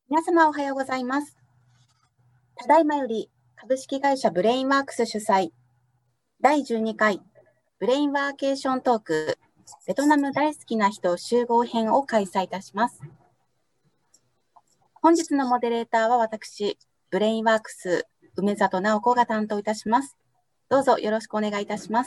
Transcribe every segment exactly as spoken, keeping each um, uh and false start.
皆様おはようございます。ただいまより株式会社ブレインワークス主催だいじゅうにかいブレインワーケーショントークベトナム大好きな人集合編を開催いたします。本日のモデレーターは私、ブレインワークス梅里直子が担当いたします。どうぞよろしくお願いいたします。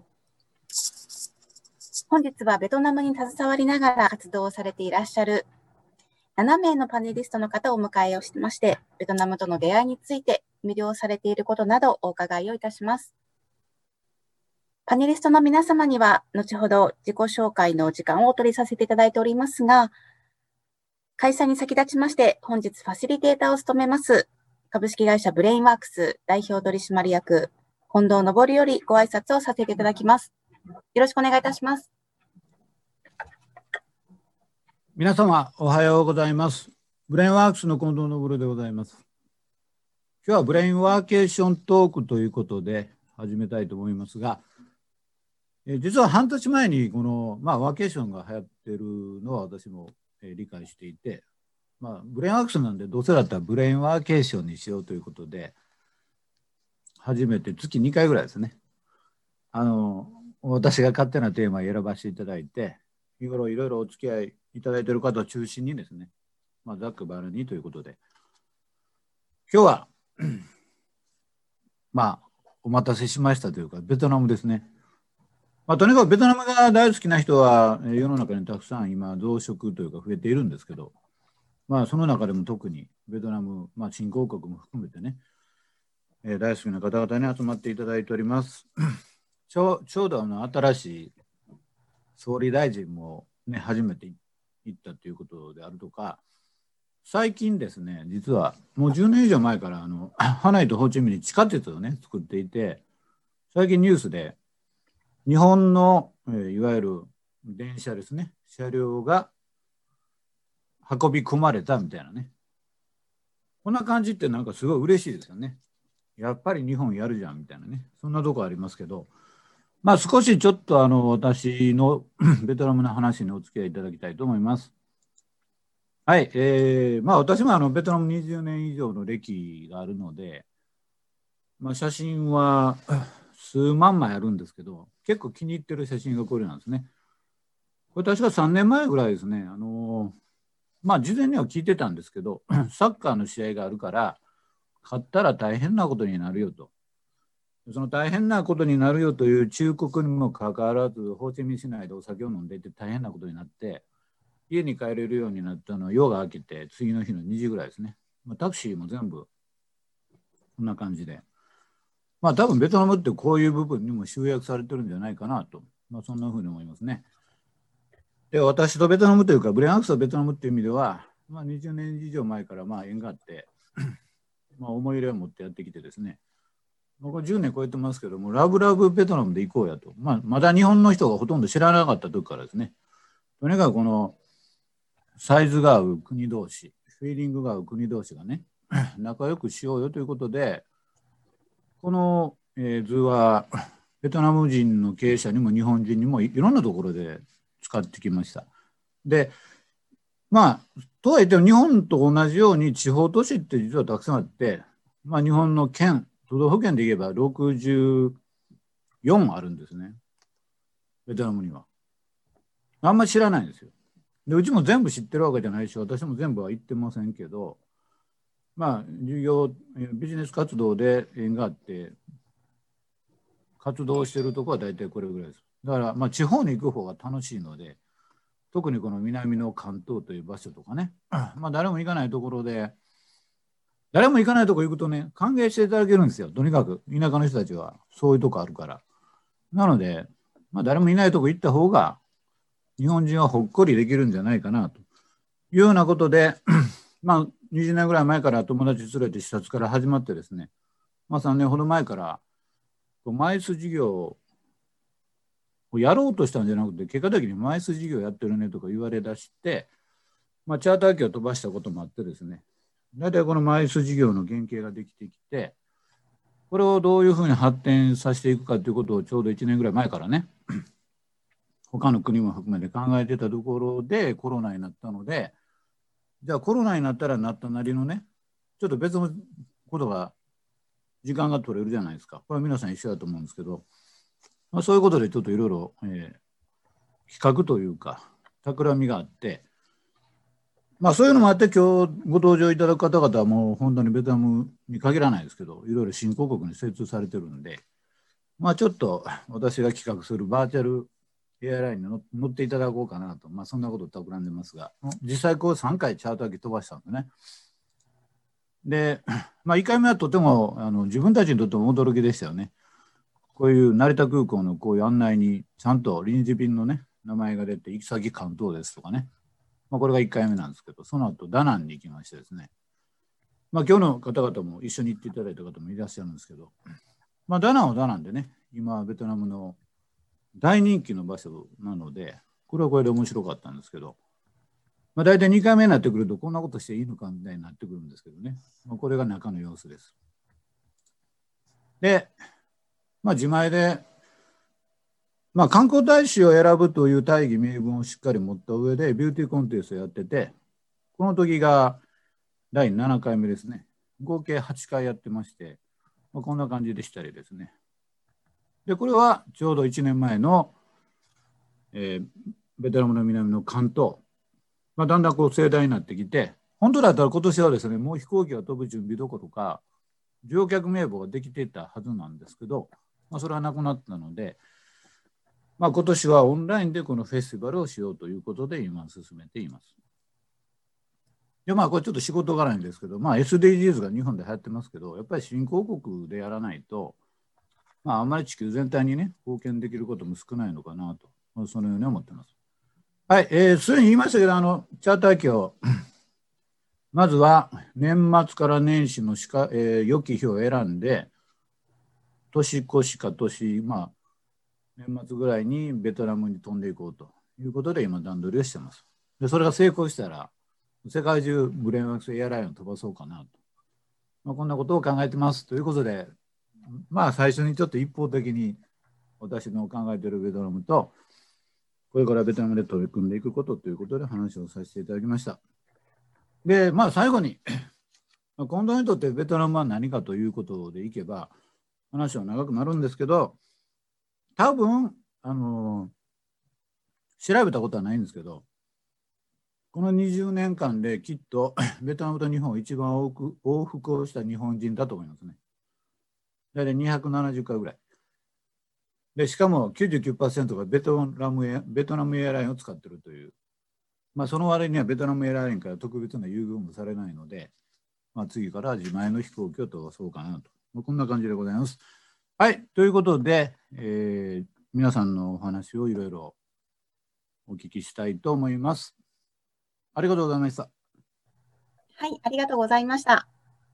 本日はベトナムに携わりながら活動をされていらっしゃるななめいのパネリストの方をお迎えをしまして、ベトナムとの出会いについて魅了されていることなどお伺いをいたします。パネリストの皆様には、後ほど自己紹介のお時間をお取りさせていただいておりますが、開催に先立ちまして、本日ファシリテーターを務めます、株式会社ブレインワークス代表取締役、近藤昇よりご挨拶をさせていただきます。よろしくお願いいたします。 皆様おはようございます。ブレインワークスの近藤昇でございます。今日はブレインワーケーショントークということで始めたいと思いますが、え実は半年前にこの、まあ、ワーケーションが流行っているのは私も、え理解していて、まあ、ブレインワークスなんでどうせだったらブレインワーケーションにしようということで初めて月にかいぐらいですね、あの私が勝手なテーマを選ばせていただいて、日頃いろいろお付き合いいただいている方を中心にですね、まあ、ざっくばらんにということで、今日はまあお待たせしましたというか、ベトナムですね。まあ、とにかくベトナムが大好きな人は世の中にたくさん今増殖というか増えているんですけど、まあ、その中でも特にベトナム、まあ、新興国も含めてね、えー、大好きな方々に集まっていただいております。ちょちょうどあの新しい総理大臣も、ね、初めて行ったということであるとか、最近ですね、実はもうじゅうねん以上前からあのハノイとホーチミンに地下鉄をね作っていて、最近ニュースで日本の、えー、いわゆる電車ですね、車両が運び込まれたみたいなね、こんな感じってなんかすごい嬉しいですよね。やっぱり日本やるじゃんみたいなね、そんなとこありますけど、まあ少しちょっとあの私のベトナムの話にお付き合いいただきたいと思います。はい、えー、まあ私もあのベトナムにじゅうねん以上の歴があるので、まあ、写真は数万枚あるんですけど、結構気に入ってる写真がこれなんですね。これ確かさんねんまえぐらいですね。あのまあ事前には聞いてたんですけど、サッカーの試合があるから勝ったら大変なことになるよと。その大変なことになるよという忠告にもかかわらず、ホーチミン市内でお酒を飲んでいて大変なことになって、家に帰れるようになったのは夜が明けて次の日のにじぐらいですね。まあ、タクシーも全部こんな感じで。まあ多分ベトナムってこういう部分にも集約されてるんじゃないかなと、まあ、そんなふうに思いますね。で、私とベトナムというか、ブレインワークスとベトナムっていう意味では、まあ、にじゅうねん以上前からまあ縁があって、まあ思い入れを持ってやってきてですね、これじゅうねん超えてますけども、ラブラブベトナムで行こうやと、まあ、まだ日本の人がほとんど知らなかった時からですね、とにかくこのサイズが合う国同士、フィーリングが合う国同士がね、仲良くしようよということで、この、えー図はベトナム人の経営者にも日本人にもいろんなところで使ってきました。で、まあ、とはいっても日本と同じように地方都市って実はたくさんあって、まあ、日本の県、都道府県で言えばろくじゅうよんあるんですね、ベトナムには。あんまり知らないんですよ。で、うちも全部知ってるわけじゃないし、私も全部は行ってませんけど、まあ、授業、ビジネス活動で縁があって、活動してるところは大体これぐらいです。だから、まあ、地方に行く方が楽しいので、特にこの南の関東という場所とかね、まあ、誰も行かないところで、誰も行かないところ行くとね、歓迎していただけるんですよ。とにかく、田舎の人たちはそういうとこあるから。なので、まあ、誰もいないとこ行った方が、日本人はほっこりできるんじゃないかなというようなことで、まあ、にじゅうねんぐらい前から友達連れて視察から始まってですね、まあ、さんねんほど前から、マイス事業をやろうとしたんじゃなくて、結果的にマイス事業やってるねとか言われだして、まあ、チャーター機を飛ばしたこともあってですね、大体このマイス事業の原型ができてきて、これをどういうふうに発展させていくかということをちょうどいちねんぐらい前からね、他の国も含めて考えてたところでコロナになったので、 じゃあコロナになったらなったなりのね、ちょっと別のことが、時間が取れるじゃないですか。これは皆さん一緒だと思うんですけど、まあ、そういうことでちょっといろいろ比較というか、企みがあって、まあそういうのもあって、今日ご登場いただく方々はもう本当にベトナムに限らないですけど、いろいろ新興国に精通されてるんで、まあちょっと私が企画するバーチャルエアラインに乗っていただこうかなと、まあそんなことを企んでますが、実際こうさんかいチャーター機飛ばしたんでね。で、まあいっかいめはとてもあの自分たちにとっても驚きでしたよね。こういう成田空港のこういう案内にちゃんと臨時便のね、名前が出て、行き先関東ですとかね。まあ、これがいっかいめなんですけど、その後ダナンに行きましてですね、まあ、今日の方々も一緒に行っていただいた方もいらっしゃるんですけど、まあ、ダナンはダナンでね、今ベトナムの大人気の場所なので、これはこれで面白かったんですけど、まあ、大体にかいめになってくるとこんなことしていいのかみたいになってくるんですけどね、まあ、これが中の様子です。で、まあ、自前でまあ、観光大使を選ぶという大義名分をしっかり持った上でビューティーコンテストをやってて、この時がだいななかいめですね。合計はちかいやってまして、まあ、こんな感じでしたりですね。で、これはちょうどいちねんまえの、えー、ベトナムの南の関東、まあ、だんだんこう盛大になってきて、本当だったら今年はですね、もう飛行機が飛ぶ準備どころか、乗客名簿ができていたはずなんですけど、まあ、それはなくなったので、まあ、今年はオンラインでこのフェスティバルをしようということで今進めています。で、まあこれちょっと仕事絡みですけど、まあ エスディージーズ が日本で流行ってますけど、やっぱり新興国でやらないと、まああんまり地球全体にね、貢献できることも少ないのかなと、まあ、そのように思ってます。はい、えー、すでに言いましたけど、あの、チャーター機を、まずは年末から年始のしか、えー、良き日を選んで、年越しか年、まあ、年末ぐらいにベトナムに飛んでいこうということで今段取りをしてます。でそれが成功したら世界中ブレーンワークスエアラインを飛ばそうかなと、まあ、こんなことを考えてますということで、まあ最初にちょっと一方的に私の考えているベトナムとこれからベトナムで取り組んでいくことということで話をさせていただきました。でまあ最後に今度にとってベトナムは何かということでいけば話は長くなるんですけど、多分あの調べたことはないんですけど、このにじゅうねんかんできっとベトナムと日本を一番多く往復をした日本人だと思いますね。大体にひゃくななじゅっかいぐらい。でしかも きゅうじゅうきゅうパーセント がベトナムエベトナムエアラインを使っているという、まあ、その割にはベトナムエアラインから特別な優遇もされないので、まあ、次から自前の飛行機を飛ばそうかなと、まあ、こんな感じでございます。はい、ということで、えー、皆さんのお話をいろいろお聞きしたいと思います。ありがとうございました。 はい、ありがとうございました。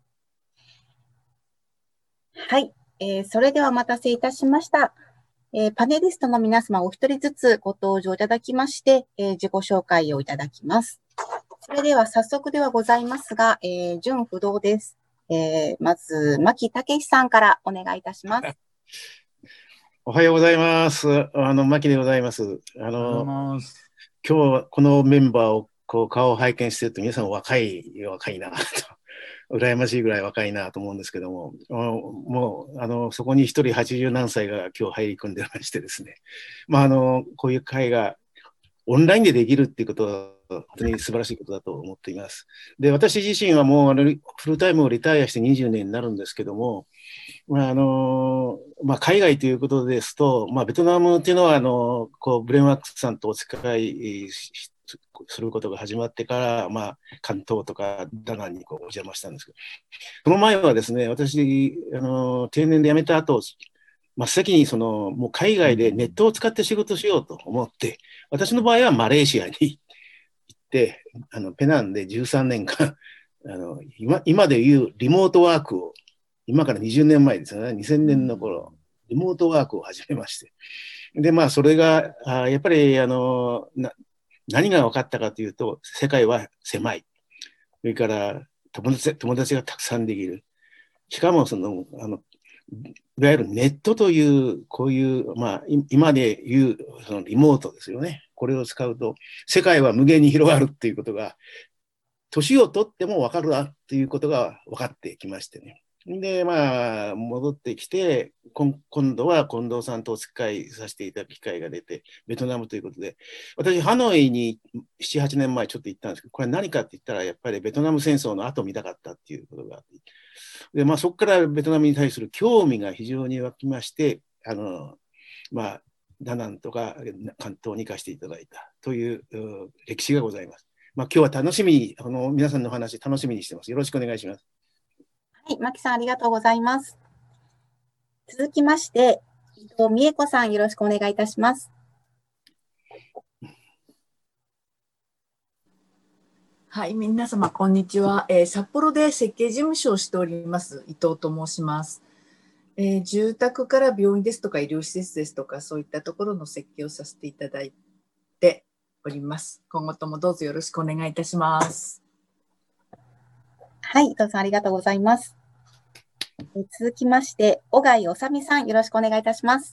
はい、えー、それではお待たせいたしました。えー、パネリストの皆様お一人ずつご登場いただきまして、えー、自己紹介をいただきます。それでは早速ではございますが、えー、順不動です。えー、まず、牧武さんからお願いいたします。 おはようございます。あの、牧でございます。あの、今日はこのメンバーをこう顔を拝見してると皆さん若い、若いなと。羨ましいぐらい若いなと思うんですけども、もう、あの、そこに一人はちじゅうなんさいが今日入り込んでましてですね。まあ、あの、こういう会がオンラインでできるっていうことは、本当に素晴らしいことだと思っています。で、私自身はもうあのフルタイムをリタイアしてにじゅうねんになるんですけども、まああのまあ、海外ということですと、まあ、ベトナムっていうのはあのこうブレンワークスさんとお使いすることが始まってから、まあ、関東とかダナンにこうお邪魔したんですけど、その前はですね、私、あの定年で辞めた後、真っ先にそのもう海外でネットを使って仕事しようと思って、私の場合はマレーシアに行って、あのペナンでじゅうさんねんかんあの 今, 今でいうリモートワークを、今からにじゅうねんまえですよね、にせんねんの頃、リモートワークを始めまして。で、まあ、それが、あやっぱり、あのな、何が分かったかというと、世界は狭い。それから友達、友達がたくさんできる。しかも、その、あの、いわゆるネットという、こういう、まあ、今でいう、そのリモートですよね。これを使うと、世界は無限に広がるっていうことが、 年を取っても分かるなということが分かってきましてね。で、まあ、戻ってきて、今度は近藤さんとお使いさせていただく機会が出て、ベトナムということで、私、ハノイになな、はちねんまえちょっと行ったんですけど、これ何かって言ったら、やっぱりベトナム戦争の後見たかったっていうことがあって、で、まあ、そこからベトナムに対する興味が非常に湧きまして、あの、まあ、ダナンとか関東に行かせていただいたという歴史がございます。まあ、今日は楽しみに、あの皆さんのお話楽しみにしてます。よろしくお願いします。 はい、牧さんありがとうございます。続きまして、伊藤美恵子さん、よろしくお願いいたします。 はい、皆様、こんにちは。えー、札幌で設計事務所をしております、伊藤と申します。えー、住宅から病院ですとか医療施設ですとか、そういったところの設計をさせていただいております。今後ともどうぞよろしくお願いいたします。 はい、伊藤さんありがとうございます。え続きまして、小貝治美さん、よろしくお願いいたします。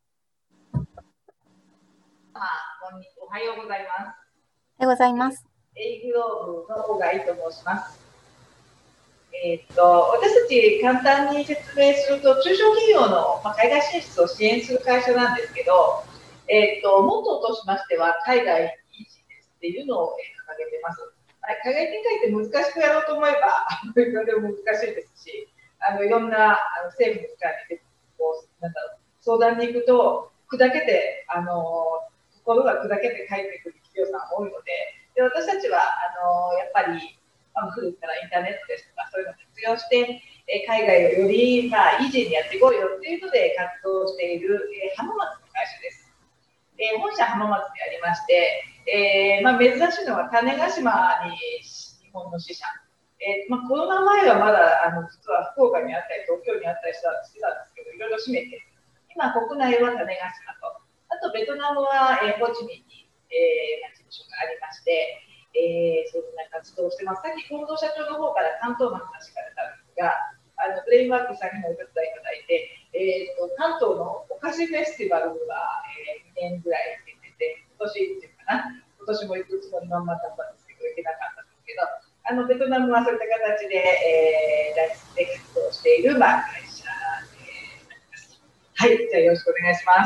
あ、こんにちは。おはようございます。 おはようございます。 営業部の小貝と申します。えー、っと私たち簡単に説明すると、中小企業の、まあ、海外進出を支援する会社なんですけど、えー、っとモットーとしましては、海外イージーですっていうのを掲げてます。海外展開って難しくやろうと思えば、いろいろ難しいですし、あのいろんなあの政府の機関にこうなんだろう相談に行くと、砕けて、あの心が砕けて帰ってくる企業さん多いので、で私たちはあのやっぱり、まあ、古くからインターネットですとか、そういうのを活用して、え海外をより、まあ、イージーにやっていこうよっていうので活動している、え浜松の会社です。え本社浜松にありまして、えーまあ、珍しいのは種子島に日本の支社、えーまあ、コロナ前はまだあの実は福岡にあったり東京にあったりしてたんですけど、いろいろ閉めて、今国内は種子島と、あとベトナムは、えー、ホーチミンに、えー、事務所がありまして、えー、そんな活動をしてます。さっき近藤社長の方から関東の話が出たんですが、あのブレインワークさんにもお手伝いいただいて、えー、と関東のお菓子フェスティバルは、えー、にねんぐらい出てて、今年っていうかな、今年も行くつもりのままだったんですけど、行けなかったんですけど、あのベトナムはそういった形で、えー、で活動している、まあ、会社になります。はい、じゃあよろしくお願いします。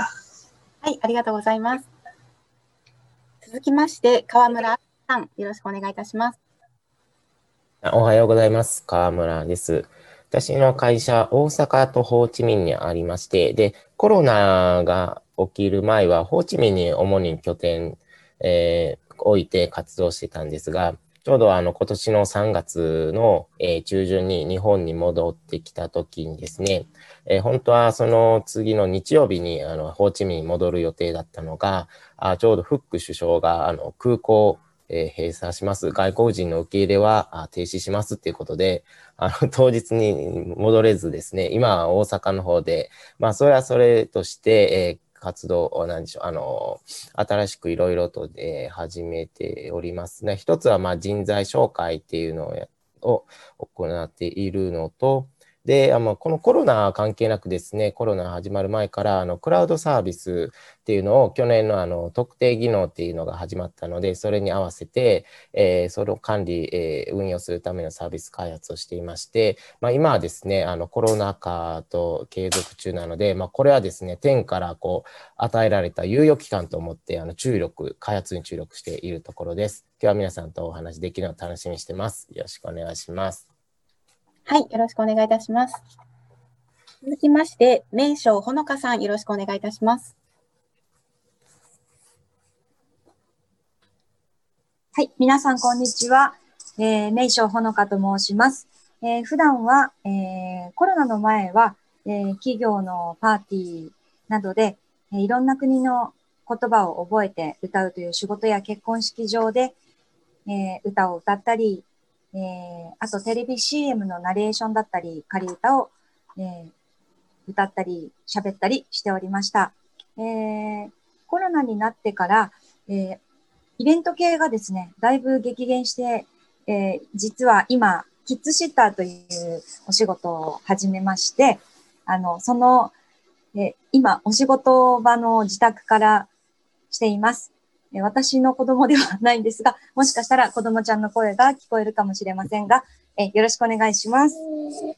はい、ありがとうございます。続きまして、川村さん、よろしくお願いいたします。 おはようございます。川村です。私の会社、大阪とホーチミンにありまして、で、コロナが起きる前は、ホーチミンに主に拠点、えー、置いて活動してたんですが、ちょうどあの今年のさんがつの、えー、中旬に日本に戻ってきた時にですね、えー、本当はその次の日曜日にあのホーチミンに戻る予定だったのが、あちょうどフック首相があの空港えー、閉鎖します。外国人の受け入れは停止しますっていうことで、あの当日に戻れずですね、今は大阪の方で、まあそれはそれとして、えー、活動を何でしょう、あの、新しくいろいろと、えー、始めておりますね。一つはまあ人材紹介っていうのを行っているのと、で、あのこのコロナ関係なくですね、コロナ始まる前からあのクラウドサービスっていうのを去年のあの特定技能っていうのが始まったので、それに合わせて、えー、それを管理、えー、運用するためのサービス開発をしていまして、まあ、今はですね、あのコロナ禍と継続中なので、まあ、これはですね、天からこう与えられた猶予期間と思ってあの注力、開発に注力しているところです。今日は皆さんとお話できるのを楽しみにしてます。よろしくお願いします。 はい、よろしくお願いいたします。続きまして、名称ほのかさん、よろしくお願いいたします。 はい、皆さんこんにちは。えー、名称ほのかと申します。えー、普段は、えー、コロナの前は、えー、企業のパーティーなどで、えー、いろんな国の言葉を覚えて歌うという仕事や結婚式場で、えー、歌を歌ったり、えー、あとテレビ シーエム のナレーションだったり、仮歌を、えー、歌ったり、喋ったりしておりました。えー、コロナになってから、えー、イベント系がですね、だいぶ激減して、えー、実は今、キッズシッターというお仕事を始めまして、あの、その、えー、今、お仕事場の自宅からしています。 えー私の子供ではないんですが、もしかしたら子供ちゃんの声が聞こえるかもしれませんが、えーよろしくお願いします。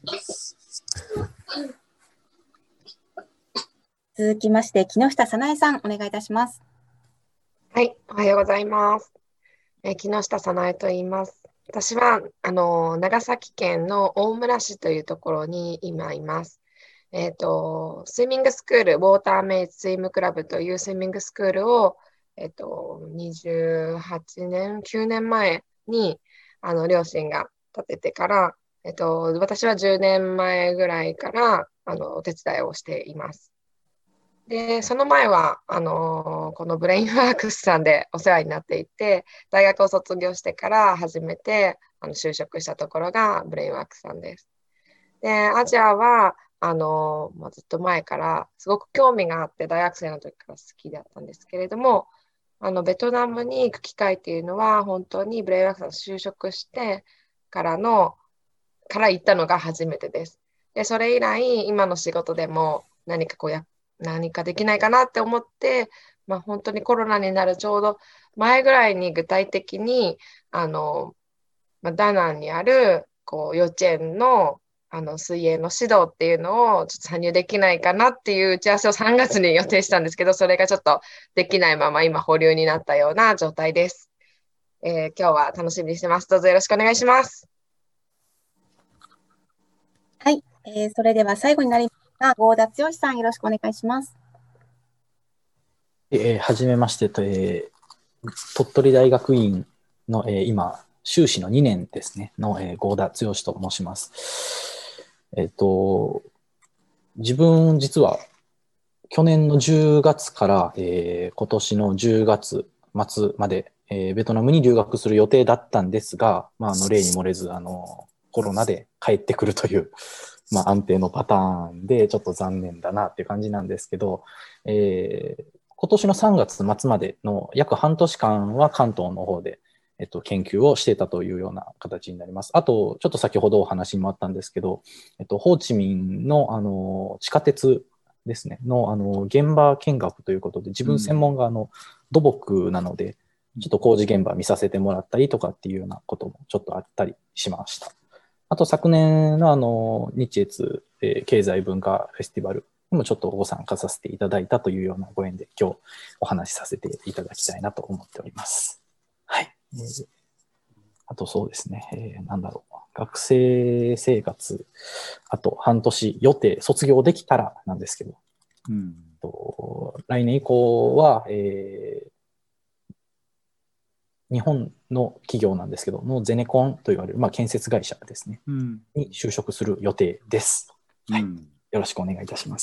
続きまして、木下早苗さん、お願いいたします。 はい、おはようございます。えー木下早苗と言います。私はあの長崎県の大村市というところに今います。えっと、スイミングスクール、ウォーターメイツスイムクラブというスイミングスクールを、えっと、にじゅうはちねん、きゅうねんまえにあの両親が建ててから、えっと、私はじゅうねんまえぐらいからあのお手伝いをしています。で、その前は、あのーこのブレインワークスさんでお世話になっていて、大学を卒業してから初めてあの就職したところがブレインワークスさんです。で、アジアは、あのーもうずっと前からすごく興味があって、大学生の時から好きだったんですけれども、あのベトナムに行く機会っていうのは、本当にブレインワークスさん就職してからの、から行ったのが初めてです。で、それ以来、今の仕事でも何かこうや何かできないかなって思って、まあ、本当にコロナになるちょうど前ぐらいに具体的にあの、まあ、ダナンにあるこう幼稚園の、あの水泳の指導っていうのをちょっと参入できないかなっていう打ち合わせをさんがつに予定したんですけど、それがちょっとできないまま今保留になったような状態です。えー今日は楽しみにしてます。どうぞよろしくお願いします。 はい、えーそれでは最後になりますが、合田剛さん、よろしくお願いします。 えーはじめましてと、えー鳥取大学院の、えー今、修士のにねんですね、の、えー合田剛と申します。えっと、自分、実は、去年のじゅうがつから、えー今年のじゅうがつ末まで、えーベトナムに留学する予定だったんですが、まあ、あの例に漏れず、あの、コロナで帰ってくるという、まあ、安定のパターンで、ちょっと残念だなっていう感じなんですけど、えー今年のさんがつ末までの約半年間は関東の方で、えっと、研究をしていたというような形になります。あと、ちょっと先ほどお話にもあったんですけど、えっと、ホーチミンの、あの、地下鉄ですね、の、あの、現場見学ということで、自分専門が、あの、土木なので、ちょっと工事現場見させてもらったりとかっていうようなこともちょっとあったりしました。あと、昨年の、あの、日越、えー経済文化フェスティバルにもちょっとご参加させていただいたというようなご縁で、今日お話しさせていただきたいなと思っております。はい。えーあとそうですね、えーなんだろう。学生生活、あと半年予定、卒業できたらなんですけど、 うんと来年以降は、えー日本の企業なんですけど、のゼネコンと言われる、まあ、建設会社ですね、 うんに就職する予定です。はい。 うんよろしくお願いいたします。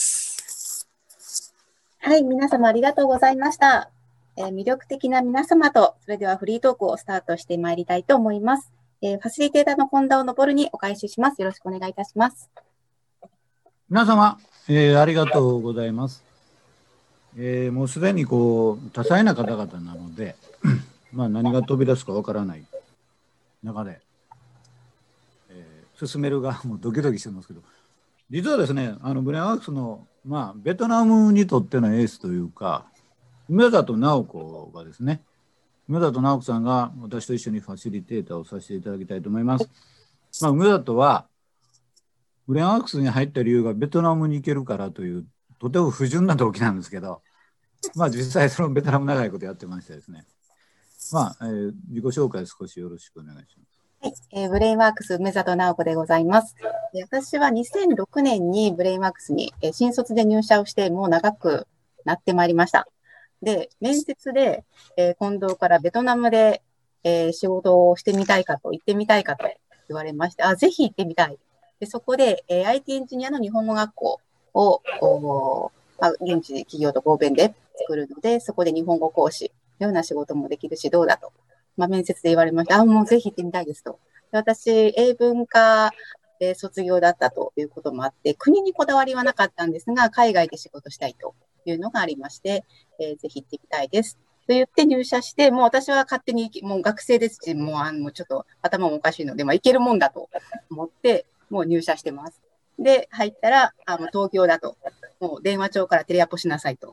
はい、皆様ありがとうございました。えー魅力的な皆様と、それではフリートークをスタートしてまいりたいと思います。えーファシリテーターの近藤昇にお返しします。よろしくお願いいたします。 皆様、えーありがとうございます。えーもうすでにこう多彩な方々なので、まあ何が飛び出すかわからない中で、えー進める側もドキドキしてますけど、実はですね、あのブレインワークスの、まあ、ベトナムにとってのエースというか、梅里直子がですね、梅里直子さんが私と一緒にファシリテーターをさせていただきたいと思います。まあ、梅里はブレインワークスに入った理由がベトナムに行けるからというとても不純な動機なんですけど、まあ実際そのベトナム長いことやってましてですね、まあ、えー自己紹介少しよろしくお願いします。 はい、えーブレインワークス梅里直子でございます。で私はにせんろくねんにブレインワークスに、えー新卒で入社をして、もう長くなってまいりました。で、面接で、えー近藤からベトナムで、えー仕事をしてみたいかと、行ってみたいかと言われまして、あ、ぜひ行ってみたい。で、そこで、えー アイティー エンジニアの日本語学校を、おまあ、現地で企業と合弁で作るので、そこで日本語講師のような仕事もできるし、どうだと。まあ、面接で言われました。あ、もうぜひ行ってみたいですと。で私、英文科で卒業だったということもあって、国にこだわりはなかったんですが、海外で仕事したいというのがありまして、えーぜひ行ってみたいです。と言って入社して、もう私は勝手に、もう学生ですし、もうあのちょっと頭もおかしいので、まあ、行けるもんだと思って、もう入社してます。で、入ったら、あもう東京だと、もう電話帳からテレアポしなさいと。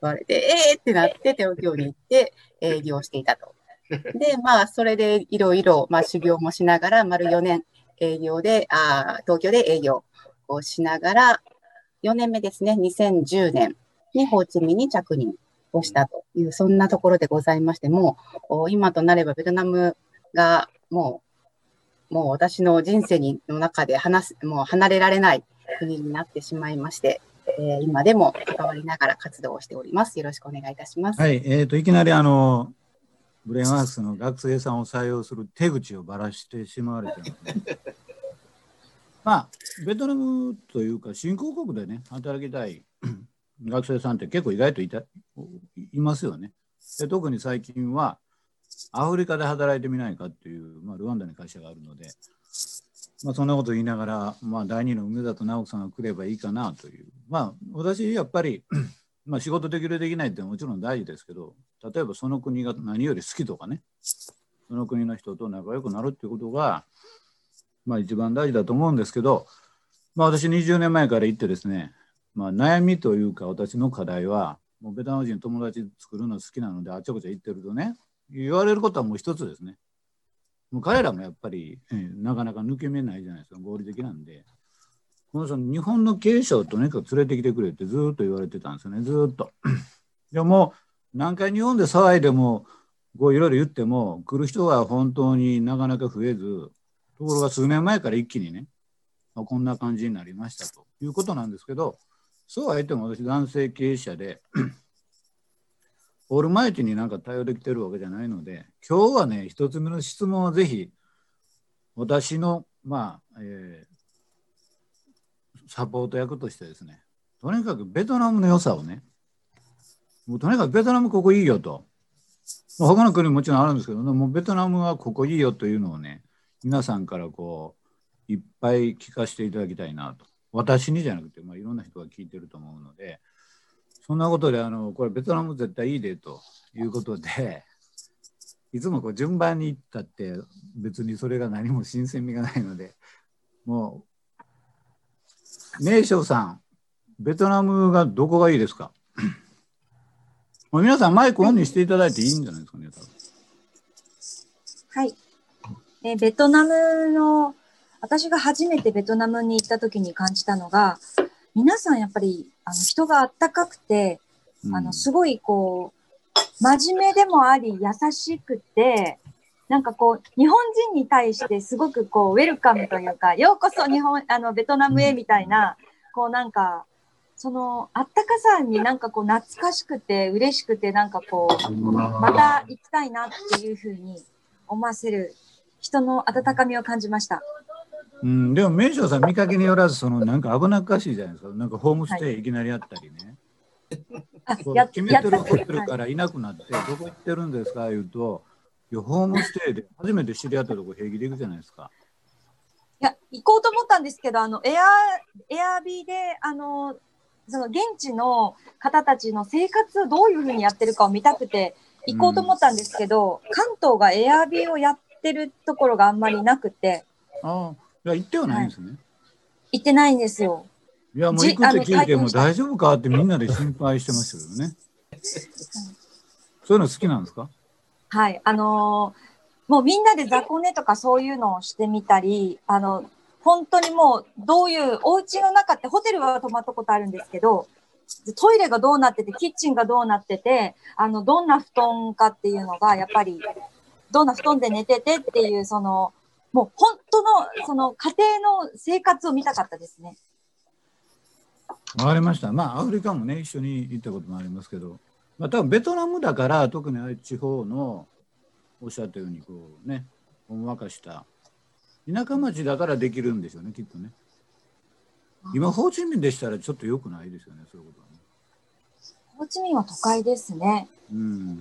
言われて、えーってなって東京に行って営業していたと。で、まあ、それでいろいろ、まあ、修行もしながら、丸よねん営業で、あ東京で営業をしながら、よねんめですね、にせんじゅうねんにホーチミンに着任をしたという、そんなところでございまして、もう今となればベトナムがもう、もう私の人生の中で話す、もう離れられない国になってしまいまして、えー、今でも関わりながら活動をしております。よろしくお願いいたします。 はい、えーと、いきなりあの、ブレインワークスの学生さんを採用する手口をばらしてしまわれてるので、まあ、ベトナムというか、新興国でね、働きたい学生さんって結構意外といたいますよね。で特に最近は、アフリカで働いてみないかっていう、まあ、ルワンダに会社があるので、まあ、そんなこと言いながら、まあ、第二の梅里直樹さんが来ればいいかなという。まあ、私、やっぱり、まあ、仕事できるできないってもちろん大事ですけど、例えばその国が何より好きとかね、その国の人と仲良くなるっていうことが、まあ、一番大事だと思うんですけど、まあ、私にじゅうねんまえから行ってですね、まあ、悩みというか私の課題は、もうベトナム人友達作るの好きなのであちゃこちゃ行ってるとね、言われることはもう一つですね。もう彼らもやっぱり、えー、なかなか抜け目ないじゃないですか、合理的なんで。このその日本の経営者をとにかく連れてきてくれってずっと言われてたんですよね、ずっと。でも何回日本で騒いでもこういろいろ言っても来る人は本当になかなか増えず、ところが数年前から一気にね、まあ、こんな感じになりましたということなんですけど、そうは言っても私男性経営者でオールマイティになんか対応できてるわけじゃないので、今日はね、一つ目の質問をぜひ私のまあ、えー、サポート役としてですね、とにかくベトナムの良さをね、もうとにかくベトナムここいいよと、他の国ももちろんあるんですけど、もうベトナムはここいいよというのをね、皆さんからこういっぱい聞かせていただきたいなと。私にじゃなくて、まあ、いろんな人が聞いてると思うので、そんなことであのこれベトナム絶対いいでということで、いつもこう順番に行ったって別にそれが何も新鮮味がないので、もう名将さん、ベトナムがどこがいいですか？もう皆さんマイクオンにしていただいていいんじゃないですかね。多分はい。えベトナムの私が初めてベトナムに行った時に感じたのが、皆さんやっぱりあの人があったかくて、うん、あのすごいこう真面目でもあり優しくて、なんかこう日本人に対してすごくこうウェルカムというか、ようこそ日本あのベトナムへみたいな、こうなんかそのあったかさになんかこう懐かしくて嬉しくて、なんかこうまた行きたいなっていうふうに思わせる人の温かみを感じました。 うん、でも名将さん見かけによらず、そのなんか危なっかしいじゃないですか。なんかホームステイいきなりあったりね、はい、決めてるホテルからいなくなって、はい、どこ行ってるんですか言うと、いやホームステイで初めて知り合ったとこ平気で行くじゃないですか。 いや行こうと思ったんですけど、あのエアエアビーであのその現地の方たちの生活をどういうふうにやってるかを見たくて行こうと思ったんですけど、うん、関東がエアビーをやってるところがあんまりなくて。 ああ、いや行ってはないんですね、はい、 行ってないんですよ。 いやもう行くって聞いても大丈夫かってみんなで心配してましたけどね。そういうの好きなんですか？ はい、あのー、もうみんなで雑魚寝とかそういうのをしてみたり、あの本当にもうどういうお家の中ってホテルは泊まったことあるんですけど、トイレがどうなっててキッチンがどうなってて、あのどんな布団かっていうのがやっぱりどんな布団で寝ててっていう、そのもう本当のその家庭の生活を見たかったですね。 わかりました。まあアフリカもね一緒に行ったこともありますけど、まあ多分ベトナムだから特にああいう地方のおっしゃったようにこうねほんわかした田舎町だからできるんでしょうねきっとね。今ホーチミンでしたらちょっと良くないですよね、そういうことはね。 ホーチミンは都会ですね。 うん。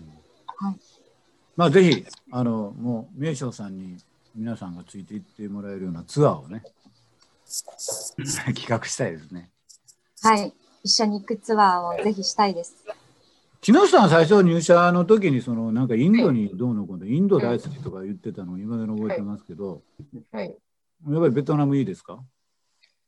はい。 まあぜひあのもう名将さんに皆さんがついていってもらえるようなツアーをね企画したいですね。 はい、一緒に行くツアーをぜひしたいです。 木下さん最初入社の時にそのなんかインドにどうのこうの、インド大好きとか言ってたのを今でも覚えてますけど、 はいはい、 やっぱりベトナムいいですか？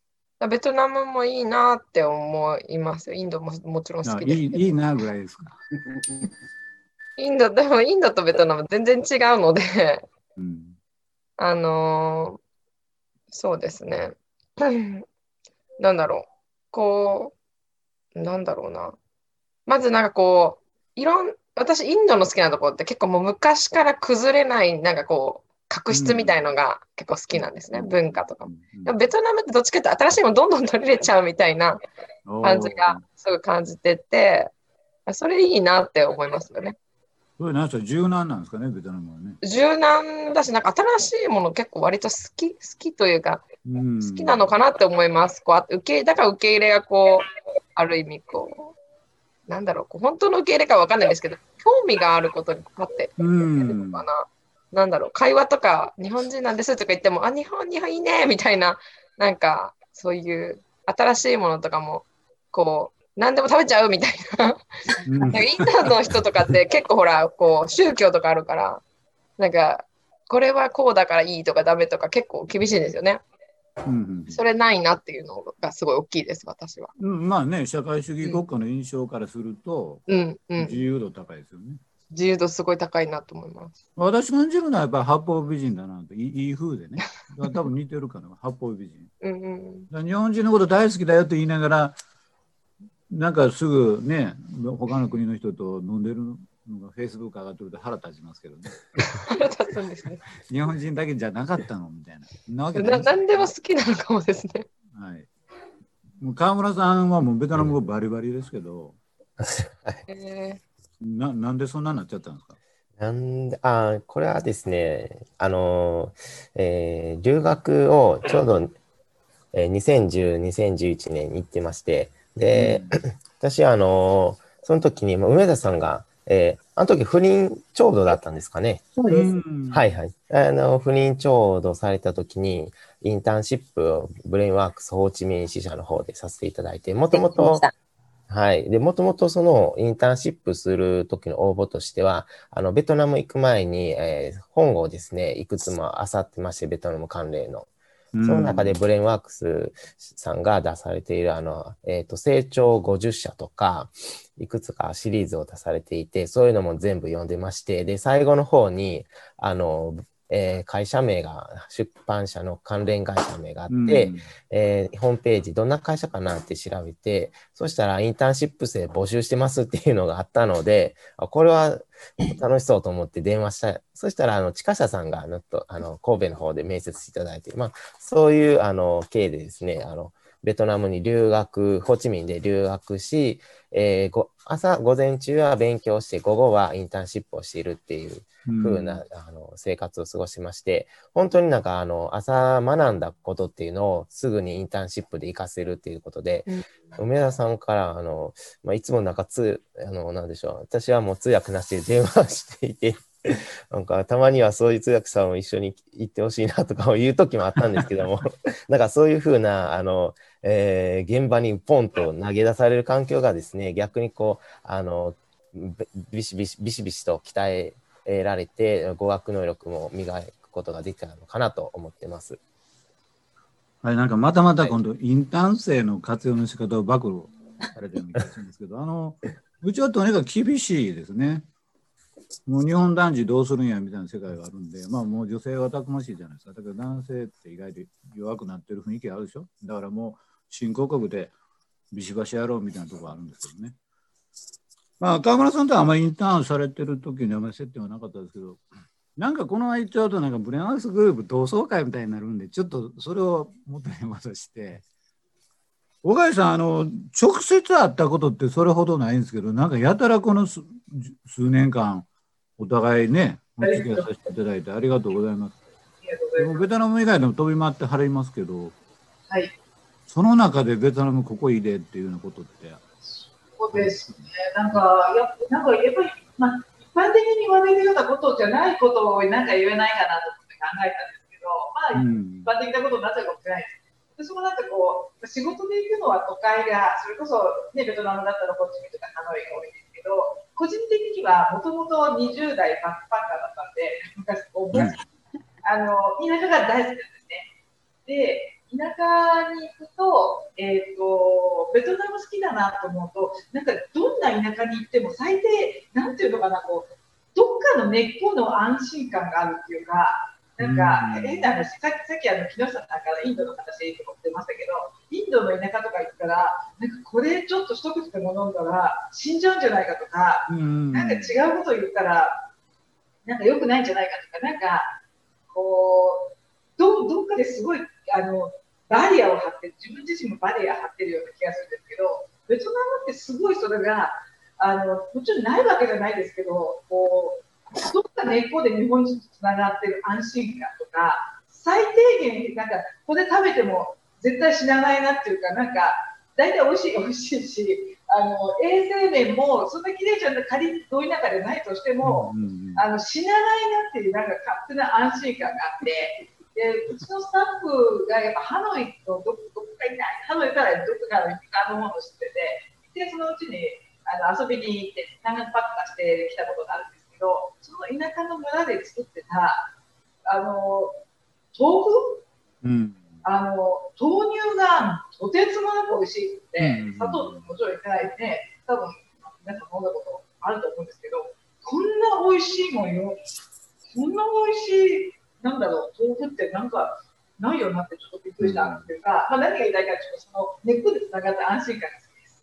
ベトナムもいいなって思います。インドももちろん好きで。 いい、いいなぐらいですか。 インド、でもインドとベトナム全然違うので、 うん、 あのー、そうですね。なんだろう。こう、なんだろうな。まずなんかこう、いろん、私インドの好きなところって結構もう昔から崩れない、なんかこう、確執みたいのが結構好きなんですね。うん、文化とかも。でもベトナムってどっちかっていうと新しいものどんどん取り入れちゃうみたいな感じがすぐ感じてて、それいいなって思いますよね。 それなんですか、柔軟なんですかね、ベトナムはね。 柔軟だし、なんか新しいもの結構割と好き、好きというか、うん、好きなのかなって思います。こう受けだから受け入れがこう、ある意味こう、なんだろう、こう本当の受け入れかわかんないですけど、興味があることにかってるのかな。なんだろう、会話とか、日本人なんですとか言っても、あ、日本、日本いいねみたいな、なんか、そういう新しいものとかも、こう、何でも食べちゃうみたいな。なんかインドの人とかって結構ほら、こう、宗教とかあるから、なんか、これはこうだからいいとかダメとか結構厳しいんですよね。うんうん、それないなっていうのがすごい大きいです、私は。 うん、まあね、社会主義国家の印象からすると、うんうん、自由度高いですよね。 自由度すごい高いなと思います。 私感じるのはやっぱり八方美人だなと、いい風でね。多分似てるかな、八方美人。うんうん、日本人のこと大好きだよと言いながら、なんかすぐね、他の国の人と飲んでるのがフェイスブック上がってると腹立ちますけどね。 腹立つんですね。 日本人だけじゃなかったのみたいな。 なわけな何でも好きなのかもですね。 はい。もう川村さんはもうベトナム語バリバリですけど、 えー、な, なんでそんなになっちゃったんですか？ なんであこれはですね、あの、えー、留学をちょうど、えー、にせんじゅう、にせんじゅういちねんに行ってまして、で、うん、私はあのその時に梅田さんが、えー、あの時不妊ちょうどだったんですかね。 そうです。 はいはい。あの不妊ちょうどされた時にインターンシップをブレインワークスホーチミン支社の方でさせていただいて、もともとはい。で、もともとそのインターンシップする時の応募としては、あのベトナム行く前に、えー、本をですね、いくつも漁ってまして、ベトナム関連の。その中でブレインワークスさんが出されているあの、えっと、成長ごじゅっしゃとか、いくつかシリーズを出されていて、そういうのも全部読んでまして、で、最後の方に、あの、えー、会社名が、出版社の関連会社名があって、うんえー、ホームページ、どんな会社かなって調べて、そしたらインターンシップ生募集してますっていうのがあったので、これは楽しそうと思って電話した。そしたら、あの、近社さんがあのあの神戸の方で面接していただいて、まあ、そういうあの経緯でですね、あの、ベトナムに留学、ホーチミンで留学し、えー、ご朝、午前中は勉強して、午後はインターンシップをしているっていう風な、うん、あの生活を過ごしまして、本当になんかあの朝学んだことっていうのをすぐにインターンシップで活かせるっていうことで、うん、梅田さんからあの、まあ、いつもなんかつ、あの、なんでしょう、私はもう通訳なしで電話していて、なんかたまにはそういう通訳さんを一緒に行ってほしいなとか言う時もあったんですけども、なんかそういう風な、あの、えー、現場にポンと投げ出される環境がですね、逆にこう、あの、ビシビシ、ビシビシと鍛えられて、語学能力も磨くことができたのかなと思ってます。 はい、なんかまたまた今度、はい、インターン生の活用の仕方を暴露されてるみたいなんですけど、あの、うちはとにかく厳しいですね。もう日本男児どうするんやみたいな世界があるんで、まあもう女性はたくましいじゃないですか。だから男性って意外と弱くなってる雰囲気あるでしょ。だからもう新興国でビシバシやろうみたいなところあるんですけどね。まあ川村さんとはあまりインターンされてる時にあまり接点はなかったですけど、なんかこのまま言っちゃうとなんかブレンワークスグループ同窓会みたいになるんで、ちょっとそれを元に戻して、小貝さん、あの直接会ったことってそれほどないんですけど、なんかやたらこの数年間お互いね、お付き合いさせていただいてありがとうございます。でもベトナム以外でも飛び回ってはれますけど、 はい、 その中でベトナムここいいでっていうようなことって。 そうですね。なんかやなんかやっぱり、まあ、一般的に言われるようなことじゃないことをなんか言えないかなと思って考えたんですけど、まあ、うん、一般的なことになっちゃうかもしれないです。私もなんかこう仕事で行くのは都会がそれこそ、ね、ベトナムだったらホーチミンとかハノイが多いですけど、個人的にはもともとにじゅう代バックパッカーだったんで、昔こう、うん、あの田舎が大好きなんですね。で、 田舎に行くと、えーと、ベトナム好きだなと思うと、なんかどんな田舎に行っても最低、なんていうのかな、こう、どっかの根っこの安心感があるっていうか、なんか変な話、さっき、さっきあの木下さんからインドの話とか言ってましたけど、インドの田舎とか行ったら、なんかこれちょっと一口でも飲んだら死んじゃうんじゃないかとか、なんか違うこと言ったら、なんか良くないんじゃないかとか、なんかこう、ど, どっかですごいあのバリアを張って、自分自身もバリアを張ってるような気がするんですけど、ベトナムってすごいそれが、あのもちろんないわけじゃないですけど、こうどっか根っこで日本人とつながってる安心感とか、最低限、なんかこれ食べても絶対死なないなっていうか、なんか大体美味しい美味しいし、あの衛生面もそんな綺麗じゃなくて、仮にどういう中でないとしても、うんうんうん、あの死なないなっていうなんか勝手な安心感があって、でうちのスタッフがやっぱハノイとど, どっかいない、ハノイからどっかからあのものを知ってて、でそのうちにあの遊びに行って何月パックかしてきたことがあるんですけど、その田舎の村で作ってたあの豆腐、うん、あの豆乳がとてつもなく美味しいって、うん、砂糖ももちろんいただいて、多分皆さん飲んだことあると思うんですけど、こんな美味しいもんよ、こんな美味しい、なんだろう、豆腐ってなんかないよなってちょっとびっくりしたっていうか、うん、まあ、何が言いたいかというと、その根っこでつながった安心感が好きです。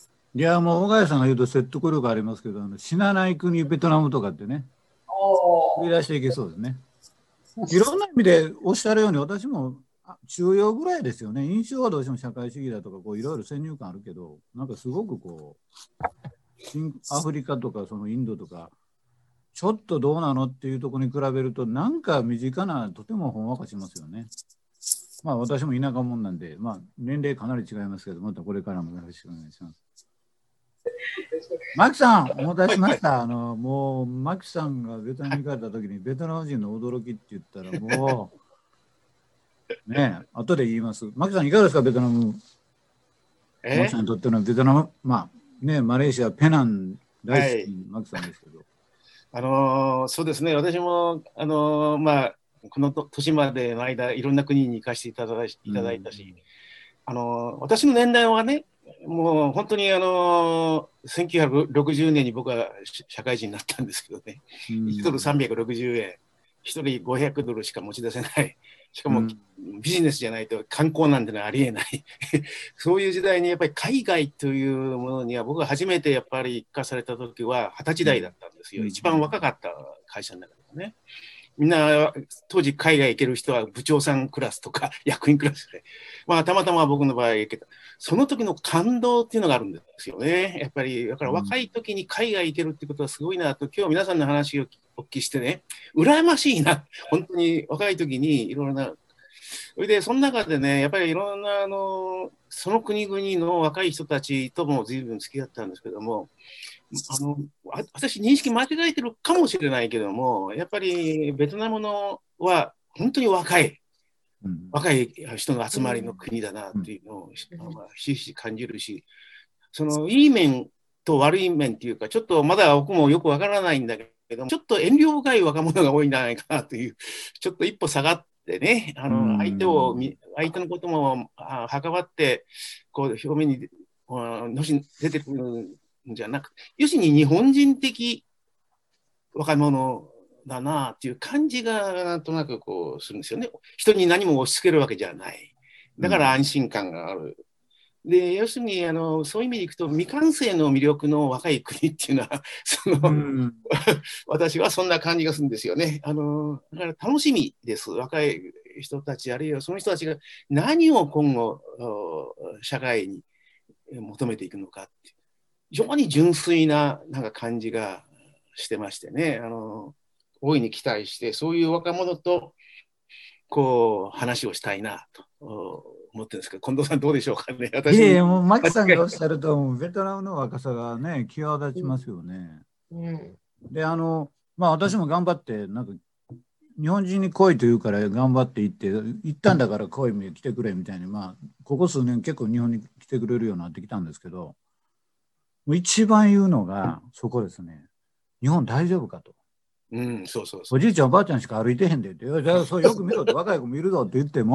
いや、もう小川さんが言うと説得力ありますけど、あの死なない国ベトナムとかってね、繰り出していけそうですね。いろんな意味でおっしゃるように、私も中庸ぐらいですよね。印象はどうしても社会主義だとか、こういろいろ先入観あるけど、なんかすごくこう、新アフリカとかそのインドとか、ちょっとどうなのっていうところに比べると、なんか身近な、とてもほんわかしますよね。まあ私も田舎者なんで、まあ年齢かなり違いますけど、またこれからもよろしくお願いします。マキさん、お待たせしました。あのもうマキさんがベトナムに行かれた時にベトナム人の驚きって言ったらもうねえ、後で言います。マキさんいかがですか、ベトナム。えマキさんにとってのベトナム、まあね、マレーシア、ペナン大好き、はい、マキさんですけど。 あのー、そうですね、私も、あのー、まあ、この年までの間、いろんな国に行かせていただいたし、うん、あのー、私の年代はね、もう本当に、あのー、せんきゅうひゃくろくじゅうねんに僕は社会人になったんですけどね、うん、いちドルさんびゃくろくじゅうえん、ひとりごひゃくドルしか持ち出せない、しかも、うん、ビジネスじゃないと観光なんてのはありえないそういう時代にやっぱり海外というものには僕が初めてやっぱり行かされた時ははたち代だったんですよ、うん、一番若かった会社の中でね。みんな当時海外行ける人は部長さんクラスとか役員クラスで、まあ、たまたま僕の場合行けた。その時の感動っていうのがあるんですよね。やっぱりだから若い時に海外行けるってことはすごいなと、今日皆さんの話をお聞きしてね、羨ましいな、本当に若い時にいろいろな、それでその中でね、やっぱりいろんなあのその国々の若い人たちとも随分付き合ったんですけども、あの私認識間違えてるかもしれないけども、やっぱりベトナムのは本当に若い、うん、若い人の集まりの国だなっていうのを、うん、まあ、ひしひし感じるし、そのいい面と悪い面っていうか、ちょっとまだ僕もよくわからないんだけど、ちょっと遠慮深い若者が多いんじゃないかなという、ちょっと一歩下がってね、あの相手を相手のことも関わってこう表面にのし出てくるんじゃなくて、要するに日本人的若者だなっていう感じがなんとなくこうするんですよね。人に何も押し付けるわけじゃない。だから安心感がある。うん、で要するにあのそういう意味でいくと未完成の魅力の若い国っていうのはその、うん、私はそんな感じがするんですよね。あのだから楽しみです。若い人たちあるいはその人たちが何を今後社会に求めていくのかって非常に純粋ななんか感じがしてましてね、あの大いに期待してそういう若者とこう話をしたいなと思ってるんですけど、近藤さんどうでしょうかね。 私いやいや、もうマキさんがおっしゃるとベトナムの若さがね際立ちますよね。うんうん、であのまあ私も頑張ってなんか日本人に来いと言うから頑張って行って行ったんだから来い来てくれみたいに、まあここ数年結構日本に来てくれるようになってきたんですけど、一番言うのがそこですね。日本大丈夫かと。 うん、そうそうそう。 おじいちゃんおばあちゃんしか歩いてへんでって、じゃあそうよく見ろって若い子見るぞって言っても、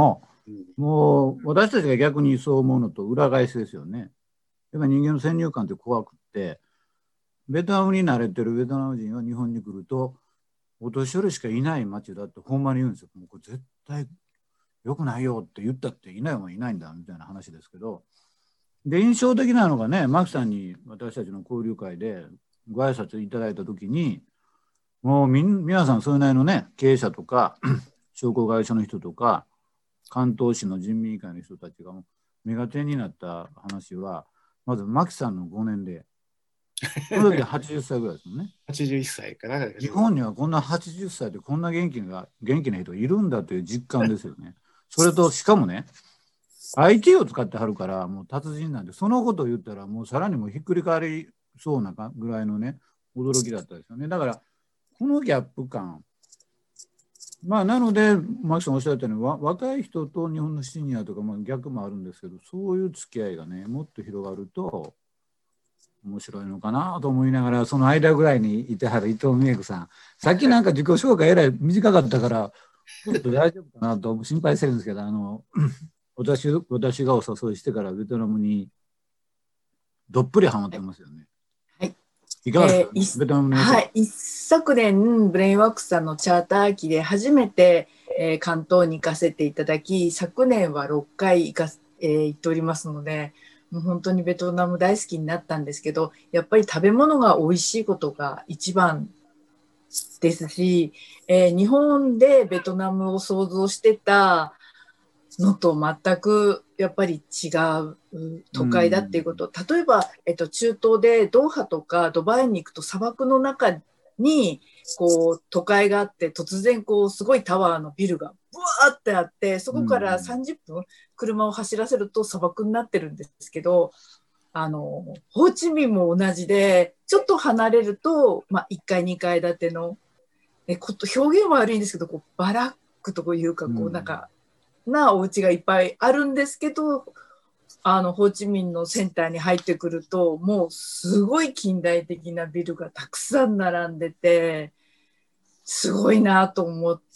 もう私たちが逆にそう思うのと裏返しですよね。やっぱ人間の先入観って怖くって、ベトナムに慣れてるベトナム人は日本に来ると、お年寄りしかいない町だってほんまに言うんですよ。もうこれ絶対良くないよって言ったっていないもんいないんだみたいな話ですけど、で印象的なのがね、マキさんに私たちの交流会でご挨拶いただいた時に、もうみん皆さんそれなりのね経営者とか商工会社の人とか関東市の人民委員会の人たちが目が点になった話は、まずマキさんのごねんで、この時ははちじゅっさいぐらいですもんね。 はちじゅういっさいかな。 日本にはこんなはちじゅっさいでこんな元気が元気な人がいるんだという実感ですよね。それとしかもね、アイティー を使ってはるからもう達人なんで、そのことを言ったらもうさらにもうひっくり返りそうなぐらいのね驚きだったですよね。だからこのギャップ感、まあなのでマキさんおっしゃったようにわ若い人と日本のシニアとか、まあ、逆もあるんですけど、そういう付き合いがねもっと広がると面白いのかなと思いながら、その間ぐらいにいてはる伊藤美恵子さん、さっきなんか自己紹介えらい短かったからちょっと大丈夫かなと心配してるんですけど、あの私, 私がお誘いしてからベトナムにどっぷりハマってますよね。 はい。 いかがですか、 えー、 ベトナムの。 はい。一昨年ブレインワークスさんのチャーター機で初めて、えー、関東に行かせていただき、昨年はろっかい行か、えー、行っておりますので、もう本当にベトナム大好きになったんですけど、やっぱり食べ物が美味しいことが一番ですし、えー、日本でベトナムを想像してたのと全くやっぱり違う都会だっていうこと、例えば、えっと、中東でドーハとかドバイに行くと砂漠の中にこう都会があって、突然こうすごいタワーのビルがブワーってあって、そこからさんじゅっぷん車を走らせると砂漠になってるんですけど、あのホーチミンも同じで、ちょっと離れると、まあ、いっかいにかい建てのえこと表現は悪いんですけど、こうバラックというかこうなんか、うん、なお家がいっぱいあるんですけど、あのホーチミンのセンターに入ってくるともうすごい近代的なビルがたくさん並んでて、すごいなと思って、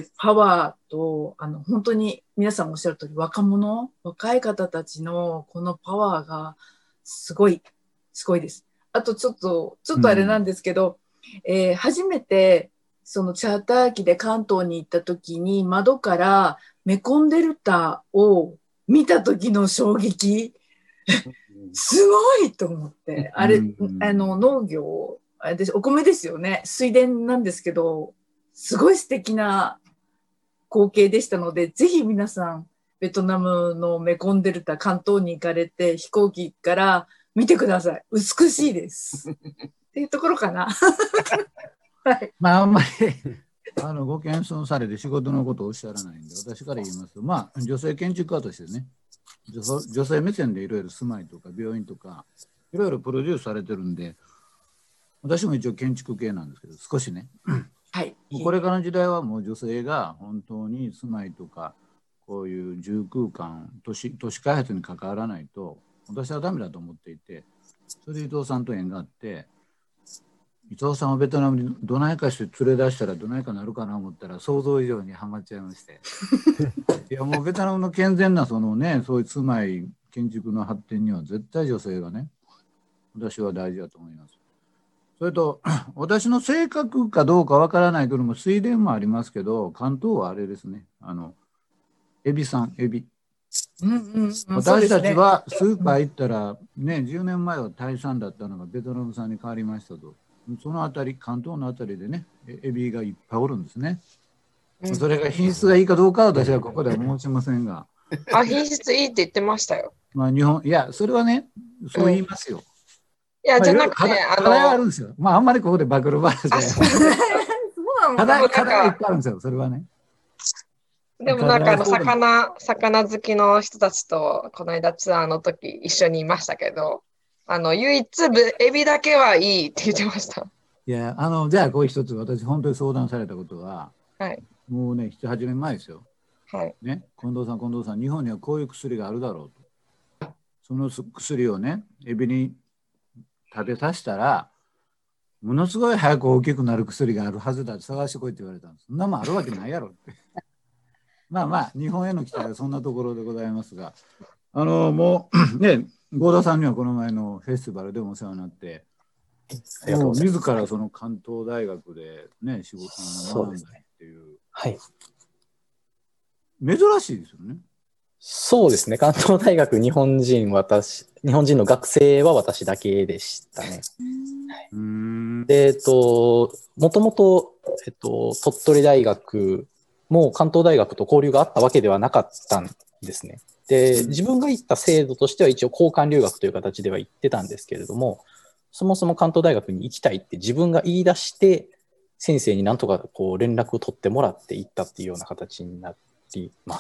パワーとあの本当に皆さんおっしゃる通り、若者若い方たちのこのパワーがすごいすごいです。あとちょっとちょっとあれなんですけど、うんえー、初めてそのチャーター機で関東に行った時に窓からメコンデルタを見た時の衝撃すごいと思って、あれ、うん、あの農業あれです、お米ですよね、水田なんですけど、すごい素敵な光景でしたので、ぜひ皆さんベトナムのメコンデルタ関東に行かれて飛行機から見てください。美しいですっていうところかなはい、 まああんまりあのご謙遜されて仕事のことをおっしゃらないんで、私から言いますと、まあ女性建築家としてね、女, 女性目線でいろいろ住まいとか病院とかいろいろプロデュースされてるんで、私も一応建築系なんですけど、少しね、 はい、 これからの時代はもう女性が本当に住まいとかこういう住空間、都市、都市開発に関わらないと私はダメだと思っていて、それで伊藤さんと縁があって、伊藤さんをベトナムにどないかして連れ出したらどないかなるかな思ったら想像以上にはまっちゃいましていやもうベトナムの健全なそのね、そういう住まい建築の発展には絶対女性がね、私は大事だと思います。それと私の性格かどうかわからないけども、水田もありますけど、関東はあれですね、あのエビさん、エビ、うんうんうん、私たちはスーパー行ったらね、じゅうねんまえはタイ産だったのがベトナム産に変わりましたと。そのあたり、関東のあたりでね、エビがいっぱいおるんですね。それが品質がいいかどうかは私はここでは申しませんが。 あ、品質いいって言ってましたよ。 まあ日本、いや、それはね、そう言いますよ。うん、 いや、じゃなくて、まあ、課題はあるんですよ。まああんまりここで暴露話で。課題、課題はいっぱいあるんですよ、それはね。 でもなんかあの魚、魚好きの人たちとこの間ツアーの時一緒にいましたけど、あの唯一エビだけはいいって言ってました。 いや、あのじゃあこう一つ私本当に相談されたことは、 はい、 もうね、ななはちねんまえですよ。 はい。 ね、近藤さん、近藤さん、日本にはこういう薬があるだろうと。その薬をね、エビに食べさせたら、ものすごい早く大きくなる薬があるはずだって探してこいって言われたんです。そんなもんあるわけないやろって。 まあまあ、日本への期待はそんなところでございますが、あの、もう、ね、合田さんにはこの前のフェスティバルでもお世話になって、もう自らその関東大学でね、仕事を学んだっていう。 はい。 珍しいですよね。 そうですね。関東大学日本人私、日本人の学生は私だけでしたね。 うーんで、えっと、もともと、えっと、鳥取大学も関東大学と交流があったわけではなかったんですね。で、自分が行った制度としては一応交換留学という形では行ってたんですけれども、そもそも関東大学に行きたいって自分が言い出して、先生になんとかこう連絡を取ってもらって行ったっていうような形になります。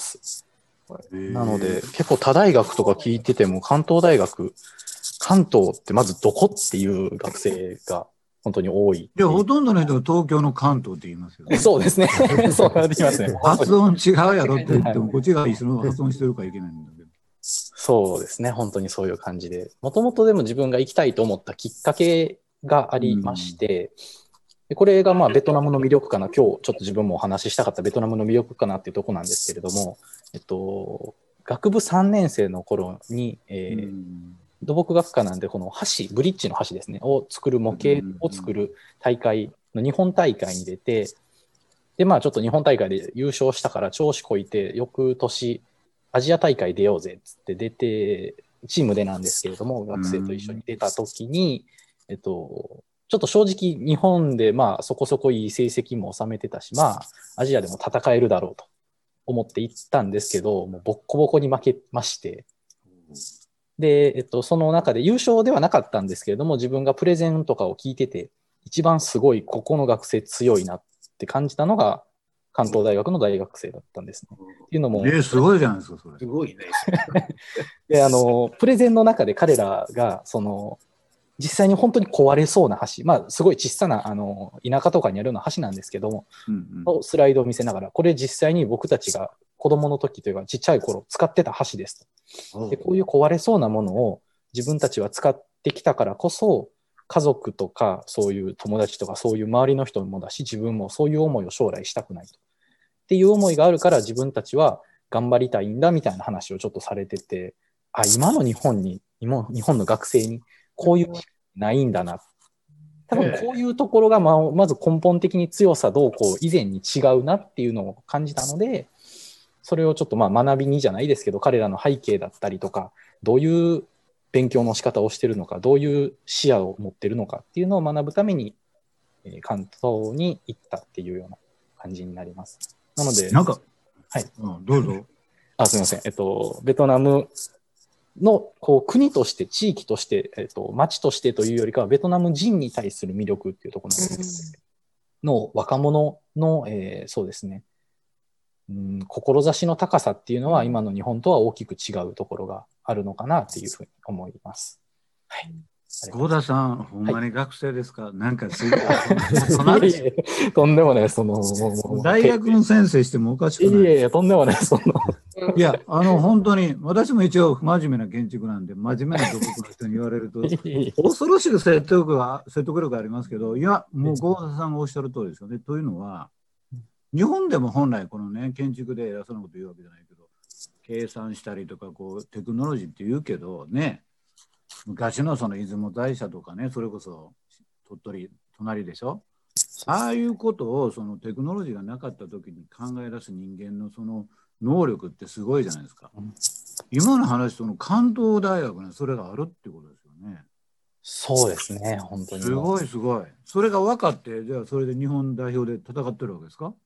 なので、結構他大学とか聞いてても、関東大学、関東ってまずどこっていう学生が本当に多い。 いや、ほとんどの人が東京の関東って言いますよね。 そうですね。そう言いますね。 発音違うやろって言っても、こっちが一緒の発音してるからいけないんだけど。 そうですね。本当にそういう感じで。もともとでも自分が行きたいと思ったきっかけがありまして、でこれがまあベトナムの魅力かな、今日ちょっと自分もお話ししたかったベトナムの魅力かなっていうところなんですけれども、えっと、学部さんねん生の頃に、えー、土木学科なんでこの橋、ブリッジの橋ですね、を作る模型を作る大会の日本大会に出て、で、まあちょっと日本大会で優勝したから調子こいて、翌年アジア大会出ようぜっつって出て、チームでなんですけれども、学生と一緒に出た時に、えっと、ちょっと正直日本でまあそこそこいい成績も収めてたし、まあアジアでも戦えるだろうと思って行ったんですけど、もうボッコボコに負けまして、で、えっと、その中で優勝ではなかったんですけれども、自分がプレゼンとかを聞いてて、一番すごいここの学生強いなって感じたのが関東大学の大学生だったんですね。っていうのも、 えー、すごいじゃないですか、それ。 すごいね。 で、あの、プレゼンの中で彼らが、その、実際に本当に壊れそうな橋、まあ、すごい小さなあの田舎とかにあるような橋なんですけども、 うんうん、スライドを見せながら、これ実際に僕たちが子供の時というか、ちっちゃい頃使ってた橋ですと。で、こういう壊れそうなものを自分たちは使ってきたからこそ、家族とか、そういう友達とか、そういう周りの人もだし、自分もそういう思いを将来したくないと。っていう思いがあるから、自分たちは頑張りたいんだみたいな話をちょっとされてて、あ、今の日本に、今日本の学生に、こういうないんだな。多分こういうところがまあまず根本的に強さどうこう以前に違うなっていうのを感じたので、それをちょっとまあ学びにじゃないですけど、彼らの背景だったりとか、どういう勉強の仕方をしているのか、どういう視野を持っているのかっていうのを学ぶために、えー、関東に行ったっていうような感じになります。なので、 なんか、 はい、 うん、どうぞ。 あ、すみません。えっと、ベトナムのこう国として、地域として、えっと、町としてというよりかは、ベトナム人に対する魅力っていうところなんですの若者の、えー、そうですね、うん、志の高さっていうのは、今の日本とは大きく違うところがあるのかなっていうふうに思います。はい。 合田さん、ほんまに学生ですか？はい、なんかすごい。 とんでもない、その、 大学の先生してもおかしくない。 いやいや、とんでもない、そんな。 いや、あの、本当に、私も一応、真面目な建築なんで、真面目な土木の人に言われると、恐ろしく説得が、説得力がありますけど、いや、もう合田さんがおっしゃる通りですよね。というのは、日本でも本来、このね、建築で偉そうなこと言うわけじゃないけど、計算したりとか、こう、テクノロジーって言うけど、ね、昔のその出雲大社とかね、それこそ鳥取、隣でしょ。ああいうことをそのテクノロジーがなかった時に考え出す人間のその能力ってすごいじゃないですか。今の話、その関東大学にそれがあるってことですよね。 そうですね、本当に。 すごいすごい。それが分かって、じゃあそれで日本代表で戦ってるわけですか？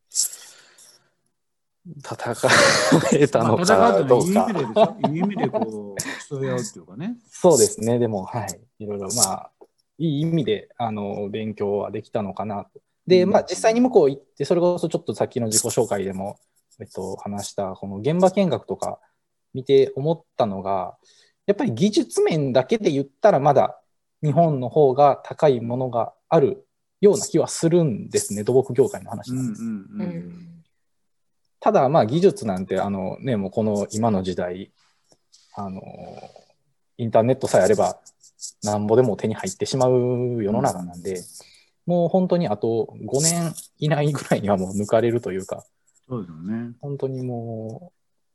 戦えたのかどうか。 いい意味でこう競い合うっていうかね。 そうですね。でも、はい。いろいろ、まあ、いい意味で、あの、勉強はできたのかなと。で、まあ、実際に向こう行って、それこそちょっとさっきの自己紹介でも、えっと、話した、この現場見学とか見て思ったのが、やっぱり技術面だけで言ったら、まだ日本の方が高いものがあるような気はするんですね。土木業界の話なんです。うんうんうん、ただ、まあ、技術なんて、あのね、もうこの今の時代、あの、インターネットさえあれば、なんぼでも手に入ってしまう世の中なんで、もう本当にあとごねん以内ぐらいにはもう抜かれるというか、 そうですよね。 本当にも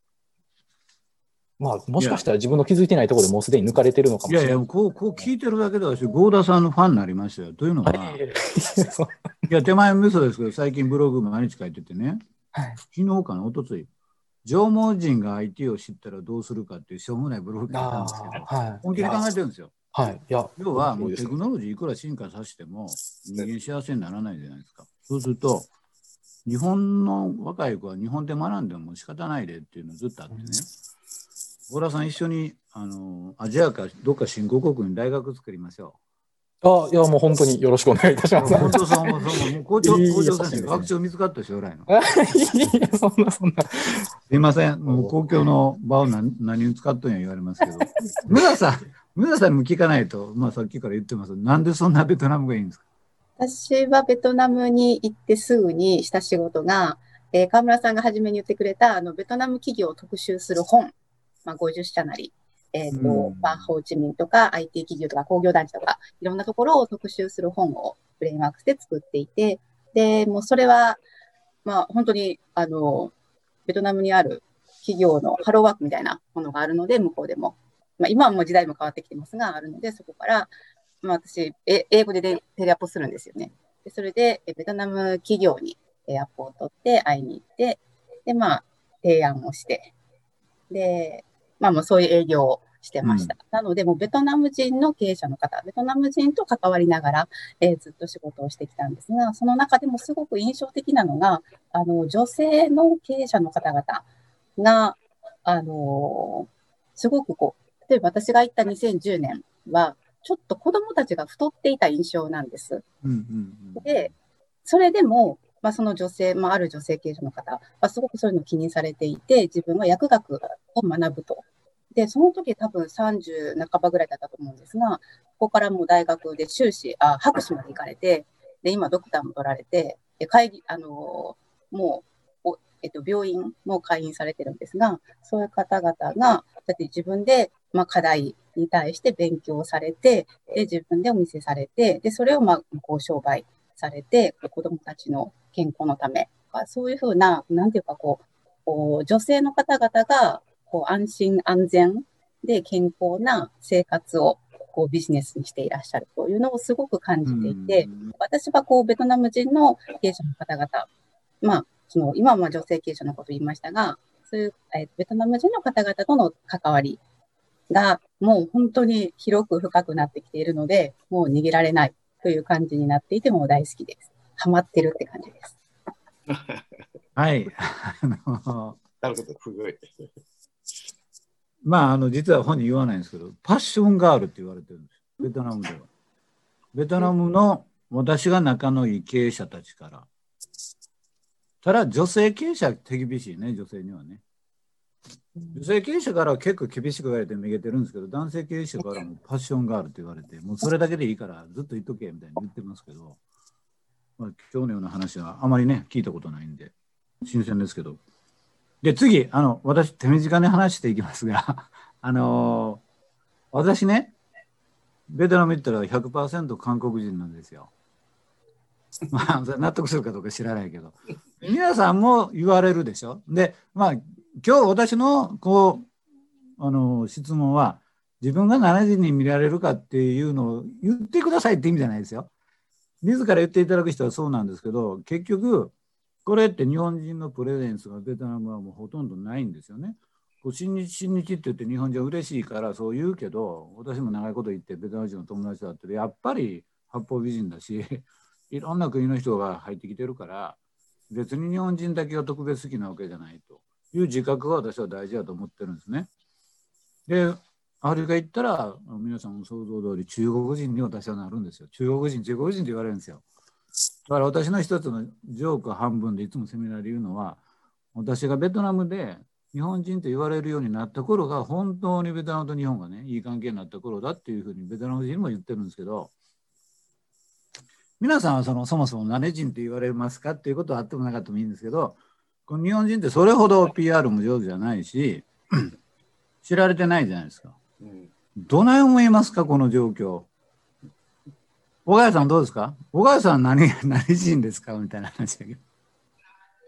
う、まあ、もしかしたら自分の気づいてないところでもうすでに抜かれてるのかもしれない。 いやいや、こう、こう聞いてるだけで私、郷田さんのファンになりましたよ。というのは、いや、手前味噌ですけど、最近ブログ毎日書いててね、はい、昨日かな、おとつい、縄文人が アイティー を知ったらどうするかっていうしょうもないブログ書いたんですけど、はい、本気で考えてるんですよ。 はい、いや要は、もうテクノロジーいくら進化させても、人間幸せにならないじゃないですか。そうすると、日本の若い子は日本で学んでも仕方ないでっていうのずっとあってね、小田さん一緒にあのアジアかどっか新興国に大学作りましょう。あ、いやもう本当によろしくお願いいたします。 本当そうもうそうもう校長校長先生学長見つかった将来の。いやそんなそんな。すいません、もう公共の場を何何に使っとんや言われますけど、ムダさんムダさんにも聞かないと、まあさっきから言ってます。なんでそんなベトナムがいいんですか。 私はベトナムに行ってすぐにした仕事が、えー、川村さんが初めに言ってくれたあのベトナム企業を特集する本、まあ、ごじゅっしゃなり、えーとうんまあ、ホーチミンとか アイティー 企業とか工業団地とかいろんなところを特集する本をフレームワークスで作っていて、でもうそれは、まあ、本当にあのベトナムにある企業のハローワークみたいなものがあるので、向こうでも、まあ、今はもう時代も変わってきてますがあるので、そこからまあ、私、え英語でテレアポするんですよね。でそれで、ベトナム企業にアポを取って会いに行って、で、まあ、提案をして、で、まあ、もうそういう営業をしてました。うん、なので、もうベトナム人の経営者の方、ベトナム人と関わりながら、えー、ずっと仕事をしてきたんですが、その中でもすごく印象的なのが、あの、女性の経営者の方々が、あのー、すごくこう、例えば私が行ったにせんじゅうねんは、ちょっと子どもたちが太っていた印象なんです。 うんうんうん、 で、それでも、まあ、その女性、まあ、ある女性経営者の方はすごくそういうのを気にされていて、自分は薬学を学ぶと。で、その時多分さんじゅうなかばぐらいだったと思うんですが、ここからもう大学で修士、あ博士まで行かれて、で、今ドクターも取られて、で会議、あのー、もう、えっと、病院も会員されてるんですが、そういう方々が、だって自分で、まあ、課題に対して勉強されて、で、自分でお見せされて、で、それを、まあ、こう、商売されて、子どもたちの健康のため、そういうふうな、なんていうか、こう、こう女性の方々が、こう、安心安全で健康な生活を、こう、ビジネスにしていらっしゃるというのをすごく感じていて、私は、こう、ベトナム人の経営者の方々、まあ、その今はまあ女性経営者のことを言いましたが、そういう、えー、ベトナム人の方々との関わりがもう本当に広く深くなってきているので、もう逃げられないという感じになっていて、もう大好きです。ハマってるって感じです。 はい。 なるほど、すごい。 まあ、あの実は本に言わないんですけど、パッションガールって言われてるんです。ベトナムでは。ベトナムの私が仲のいい経営者たちから。ただ女性経営者は手厳しいね、女性にはね。女性経営者からは結構厳しく言われてめげてるんですけど、男性経営者からもパッションガールって言われて、もうそれだけでいいからずっと言っとけみたいに言ってますけど、まあ、今日のような話はあまりね、聞いたことないんで、新鮮ですけど。で、次、あの、私、手短に話していきますが、あのー、私ね、ベトナム行ったら ひゃくパーセント 韓国人なんですよ。まあ、納得するかどうか知らないけど。皆さんも言われるでしょ。で、まあ、今日私のこうあの質問は、自分がななじに見られるかっていうのを言ってくださいって意味じゃないですよ。自ら言っていただく人はそうなんですけど、結局これって日本人のプレゼンスがベトナムはもうほとんどないんですよね。こう親日親日って言って日本人は嬉しいからそう言うけど、私も長いこと言ってベトナム人の友達だってやっぱり八方美人だし、いろんな国の人が入ってきてるから、別に日本人だけが特別好きなわけじゃないという自覚が私は大事だと思ってるんですね。で、アフリカ行ったら皆さんも想像通り中国人に私はなるんですよ。中国人、中国人って言われるんですよ。だから私の一つのジョーク半分でいつもセミナーで言うのは、私がベトナムで日本人と言われるようになった頃が本当にベトナムと日本がね、いい関係になった頃だっていうふうにベトナム人も言ってるんですけど、皆さんはそのそもそも何人って言われますかっていうことはあってもなかったもいいんですけど、この日本人ってそれほど ピーアール も上手じゃないし知られてないじゃないですか。うん、どない思いますかこの状況。小川さんどうですか。小川さん何何人ですかみたいな話だけど。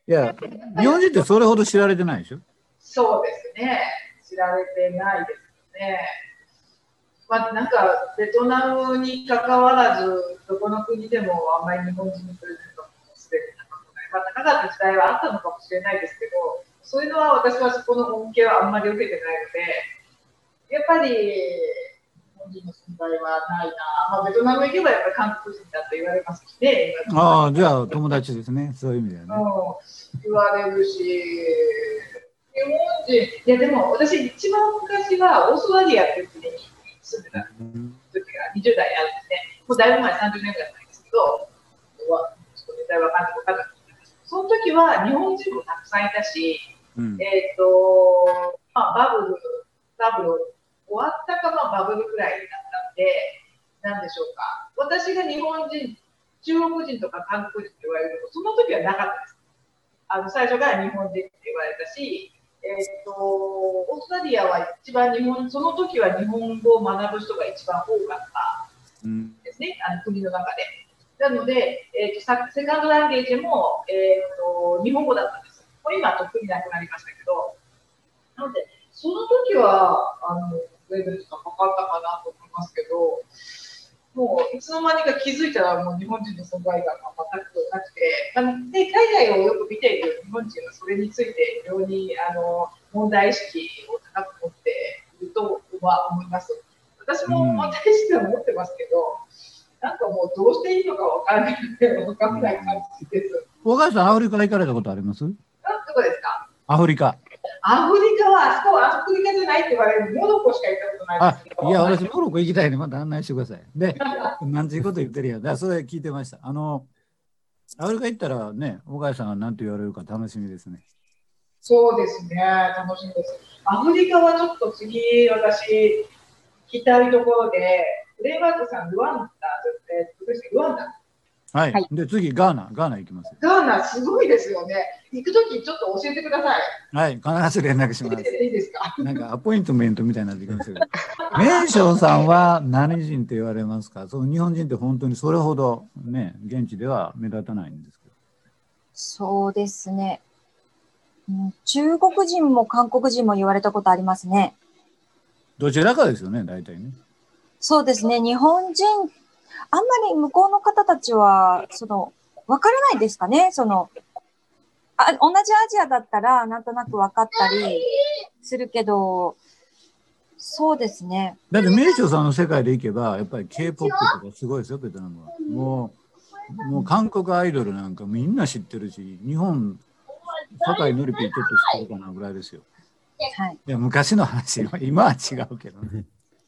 いや、日本人ってそれほど知られてないでしょ。 そうですね。知られてないですね。まあ、なんか、ベトナムに関わらず、どこの国でもあんまり日本人のプレゼントもすでに高くない。まあ、高かった時代はあったのかもしれないですけど、そういうのは私はそこの恩恵はあんまり受けてないので、やっぱり日本人の存在はないな。まあ、ベトナム行けばやっぱり韓国人だと言われますしね。 ああ、じゃあ友達ですね。そういう意味ではね。 うん、言われるし、日本人、いやでも私一番昔はオーストラリアっていう国に住んでた時がにじゅう代あってね、もうだいぶ前さんじゅうねんぐらい前ですけど、ちょっと絶対わかんないわかんない。その時は日本人もたくさんいたし、うん、えっ、ー、と、まあ、バブル、バブル終わったか、まあ、バブルぐらいだったんで、なんでしょうか。私が日本人、中国人とか韓国人って言われると、その時はなかったです。あの、最初から日本人って言われたし、えっ、ー、と、オーストラリアは一番日本、その時は日本語を学ぶ人が一番多かったですね、うん、あの国の中で。なので、えーと、セカンドランゲージも、えーと、日本語だったんです。もう今は特になくなりましたけど、なので、その時は、あの、レベルとかかかったかなと思いますけど、もういつの間にか気づいたらもう日本人の存在感が全くなくて、あので海外をよく見ている日本人はそれについて非常にあの問題意識を高く持っているとは思います。私も問題意識は持ってますけど、うん、なんかもうどうしていいのかわからないので、わからない感じです。 若林さん、アフリカ行かれたことあります？どこですか？ アフリカ。 アフリカは、あそこはアフリカじゃないって言われるモロコしか行ったことないですけど。 あ、いや、私、モロコ行きたいね。また案内してください。で、なんていうこと言ってるやん。だからそれ聞いてました。あの、アフリカ行ったらね、岡谷さんが何て言われるか楽しみですね。 そうですね、楽しみです。アフリカはちょっと次、私、聞きたいところで、フレーバークさん、ルワンダ、えー、ルワンダ。 はい。はい、で、次、ガーナ。ガーナ行きます。 ガーナ、すごいですよね。行くとき、ちょっと教えてください。 はい。必ず連絡します。 いいですか？ なんか、アポイントメントみたいになってきますけど。名将さんは何人って言われますか？その日本人って本当にそれほどね、現地では目立たないんですけど。 そうですね。中国人も韓国人も言われたことありますね。 どちらかですよね、大体ね。 そうですね。日本人、あんまり向こうの方たちは、その、わからないですかね。その、あ、同じアジアだったら、なんとなく分かったりするけど、そうですね。 だって名将さんの世界でいけば、やっぱり K-ポップ とかすごいですよ、ベトナムは。もう、もう韓国アイドルなんかみんな知ってるし、日本、酒井のりぴーちょっと知ってるかなぐらいですよ。 はい。 いや、昔の話、今は違うけどね。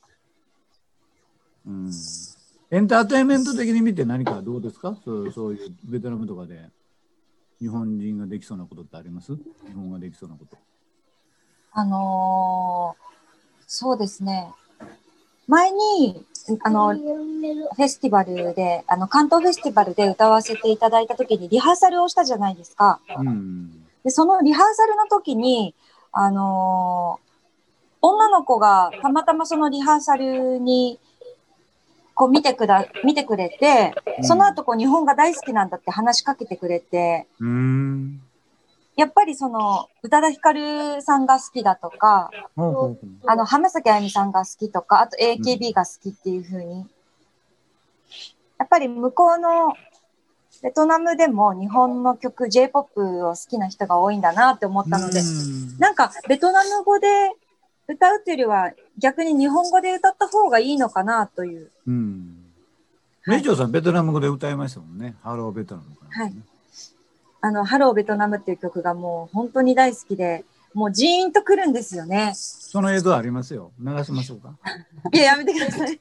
うん。エンターテインメント的に見て何かどうですか？そう、そういうベトナムとかで日本人ができそうなことってあります？日本ができそうなこと。 あのー、そうですね。前に、あの、フェスティバルで、あの、関東フェスティバルで歌わせていただいたときにリハーサルをしたじゃないですか。 うん、 で、そのリハーサルの時に、あのー、女の子がたまたまそのリハーサルにこう見てくだ、見てくれて、うん、その後こう日本が大好きなんだって話しかけてくれて、 うん、 やっぱりその宇多田ヒカルさんが好きだとか、 うん、 あの浜崎あゆみさんが好きとか、あと エーケービー が好きっていう風に、やっぱり向こうのベトナムでも日本の曲 J-ポップ を好きな人が多いんだなって思ったので、なんかベトナム語で歌うっていうよりは逆に日本語で歌った方がいいのかなという。 うん。名城さん、ベトナム語で歌いましたもんね。ハローベトナムかな、ね。はい。あの、ハローベトナムっていう曲がもう本当に大好きで、もうジーンとくるんですよね。 その映像ありますよ。流しましょうか。 いや、やめてください。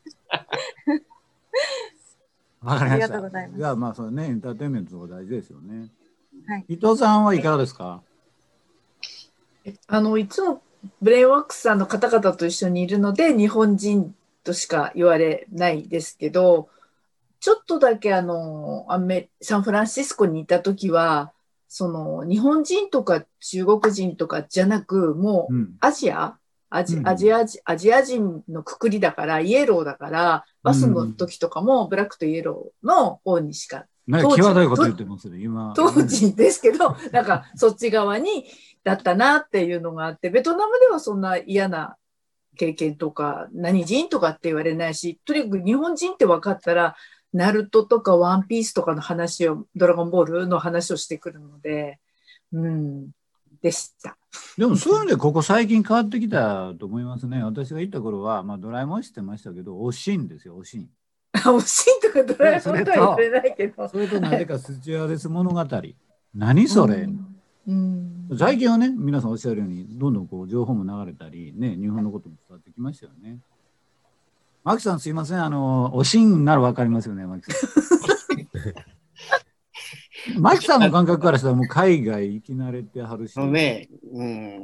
わかりました。ありがとうございます。 じゃあ、まあ、それね、エンターテインメントとか大事ですよね。 はい。 伊藤さんはいかがですか？ あの、いつもブレインワックスさんの方々と一緒にいるので、日本人としか言われないですけど、ちょっとだけあの、アメ、サンフランシスコにいたときは、その、日本人とか中国人とかじゃなく、もう、アジア、うんアジ、アジア、アジア人のくくりだから、イエローだから、バスの時とかもブラックとイエローの方にしかなんか際どいこと言ってますね、今。 当時ですけど、なんかそっち側にだったなっていうのがあって、ベトナムではそんな嫌な経験とか、何人とかって言われないし、とにかく日本人って分かったら、ナルトとかワンピースとかの話を、ドラゴンボールの話をしてくるので、うん、でした。 でもそういう意味でここ最近変わってきたと思いますね。私が行った頃は、まあ、ドラえもん知ってましたけど、おしんですよ、おしん。 おしんとかドラえもんとは言われないけど。 それとなぜかスチュアーデス物語。何それ、うんうん、最近はね、皆さんおっしゃるように、どんどんこう情報も流れたり、ね、日本のことも伝わってきましたよね。マキさんすいません、あの、おしんならわかりますよね、マキさん。マキさんの感覚からしたらもう海外行き慣れてはるし。 あのね、うん、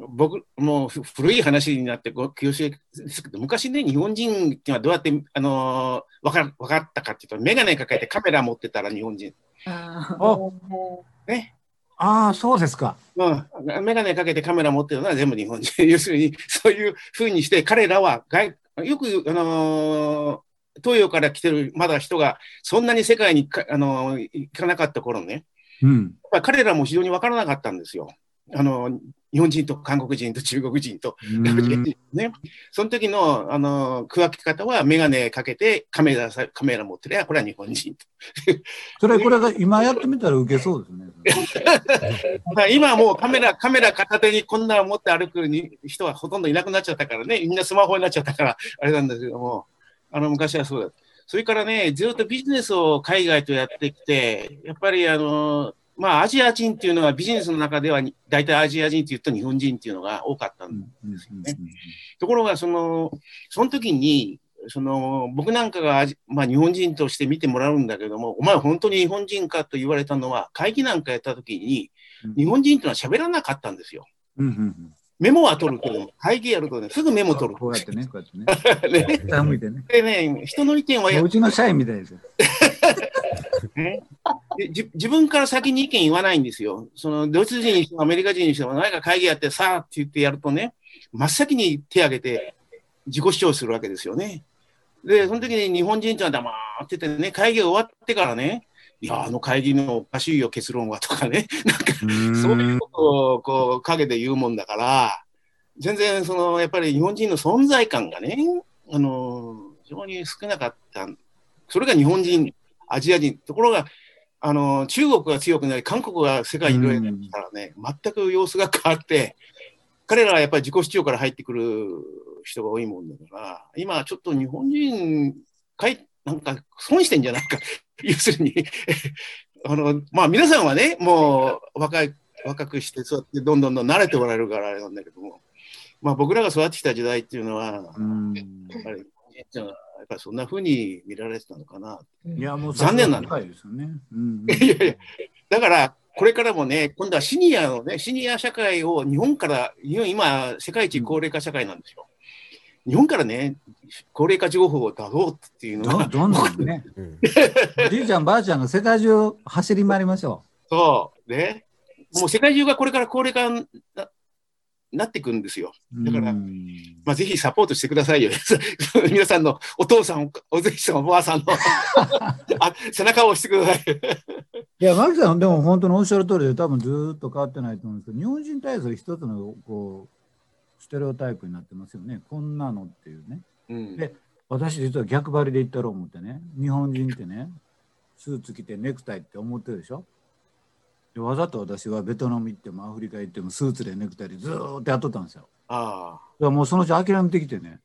僕、もう古い話になってご恐縮ですけど、昔ね、日本人っていうのはどうやって、あのー、分か、分かったかっていうと、眼鏡かけてカメラ持ってたら日本人。 あね。 ああ、そうですか。 うん、眼鏡かけてカメラ持ってるのは全部日本人。要するに、そういうふうにして、彼らは外、よく、あのー、東洋から来てるまだ人がそんなに世界にか、あのー、行かなかった頃ね、 うん、 彼らも非常に分からなかったんですよ。あの日本人と韓国人と中国人と、ね、その時のあの区分け方は眼鏡かけてカメラカメラ持ってりゃこれは日本人と。 それこれが今やってみたら受けそうですね。 今はもうカメラカメラ片手にこんなの持って歩くに人はほとんどいなくなっちゃったからね、みんなスマホになっちゃったからあれなんですけども、あの昔はそうだった。それからね、ずっとビジネスを海外とやってきて、やっぱりあのまあ、アジア人っていうのはビジネスの中では大体アジア人って言うと日本人っていうのが多かったんですよね。ところがそのその時にその僕なんかが、まあ、日本人として見てもらうんだけども、お前本当に日本人かと言われたのは、会議なんかやった時に日本人っていうのは喋らなかったんですよ。 うんうんうん、 メモは取るけど、会議やるとね、すぐメモ取る。 こうやってね、こうやってね。ねでね、人の意見はうちの社員みたいですよ。 ね、でじ自分から先に意見言わないんですよ。そのドイツ人にしてもアメリカ人にしても何か会議やってさあって言ってやるとね、真っ先に手を挙げて自己主張するわけですよね。で、その時に日本人ってのは黙っててね、会議が終わってからね、いや、あの会議のおかしいよ、結論はとかね、なんかそういうことをこう陰で言うもんだから、全然そのやっぱり日本人の存在感がね、あの非常に少なかった。それが日本人、アジア人。ところが、あの中国が強くなり、韓国が世界に広げたらね、全く様子が変わって、彼らはやっぱり自己主張から入ってくる人が多いもんだから、今ちょっと日本人、かいなんか損してんじゃないか。要するにあの、まあ皆さんはね、もう若い、若くして、そうやってどんどんどん慣れておられるからあれなんだけども、まあ僕らが育ってきた時代っていうのは、やっぱり、やっぱりそんな風に見られてたのかな。 いや、もう残念なんだ。いやいや、だから、これからもね、今度はシニアのね、シニア社会を日本から、今、世界一高齢化社会なんですよ。日本からね、高齢化情報を出そうっていうのは。 どんどんね。じいちゃん、ばあちゃんが世界中走り回りましょう。そうね。もう世界中がこれから高齢化ななっていくんですよ。だから、まあ、ぜひサポートしてくださいよ。皆さんのお父さん、おじいさん、おばあさんのあ背中を押してください。 いや、マキさん、でも本当におっしゃる通りで、多分ずっと変わってないと思うんですけど、日本人に対する一つのこうステレオタイプになってますよね。こんなのっていうね。うん、で、私実は逆張りで言ったろう思ってね、日本人ってね、スーツ着てネクタイって思ってるでしょ。でわざと私はベトナム行ってもアフリカ行ってもスーツでネクタイでずーっとやっとったんですよ。ああ。だからもうそのうち諦めてきてね。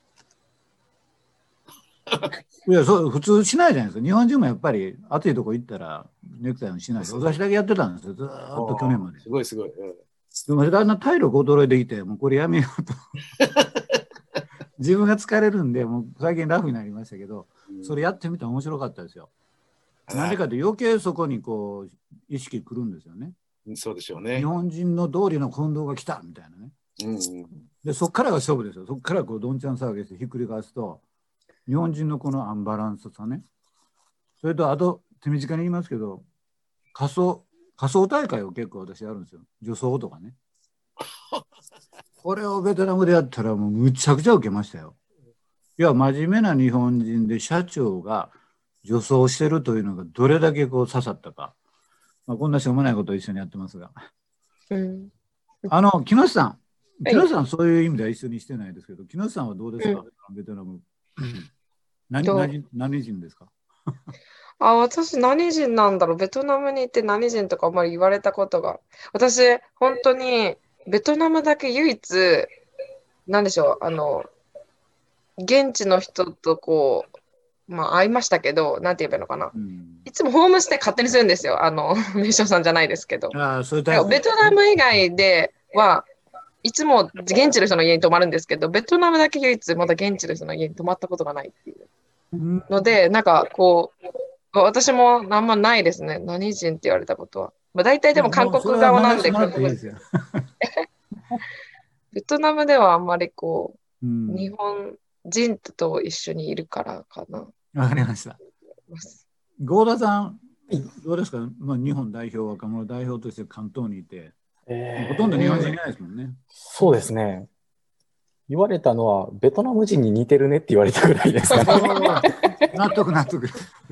いやそう普通しないじゃないですか。日本人もやっぱり暑いとこ行ったらネクタイもしないし、私だけやってたんですよ。ずーっと去年まで。 すごいすごい。うん、 でもだんだん体力衰えてきて、もうこれやめようと。自分が疲れるんで、もう最近ラフになりましたけど、うん、それやってみたら面白かったですよ。なんでかって余計そこにこう意識くるんですよね。 そうでしょうね。 日本人の通りの近藤が来たみたいなね。うんうん、でそこからが勝負ですよ。そこからこうどんちゃん騒ぎしてひっくり返すと、日本人のこのアンバランスさね。それとあと手短に言いますけど、仮想仮想大会を結構私やるんですよ。女装とかね。これをベトナムでやったらもうむちゃくちゃ受けましたよ。いや真面目な日本人で社長が女装してるというのがどれだけこう刺さったか。まあ、こんなしょうもないことを一緒にやってますが。 うん、 あの、木下さん。 はい木下さん、そういう意味では一緒にしてないですけど、木下さんはどうですか、 うんベトナム。何どう何何人ですか？ あ、私何人なんだろう。ベトナムに行って何人とかあんまり言われたことが。私、本当にベトナムだけ唯一、なんでしょう、あの、現地の人とこう、まあ会いましたけど、なんて言えばいいのかな。 うんいつもホームステイ勝手にするんですよ。あの、名称さんじゃないですけど。 ああ、そういうタイプ。 ベトナム以外ではいつも現地の人の家に泊まるんですけど、ベトナムだけ唯一まだ現地の人の家に泊まったことがないっていううんので、なんかこう、私もあんまないですね。何人って言われたことは。まあ、大体でも韓国側なんで、 もうそれは流してもらっていいですよ。 ベトナムではあんまりこう、 うん日本人と一緒にいるからかな。 わかりました。合田さん、どうですか、まあ、日本代表、若者代表として関東にいて、 えーほとんど日本人いないですもんね。 そうですね。言われたのは、ベトナム人に似てるねって言われたぐらいですかね。 納得納得。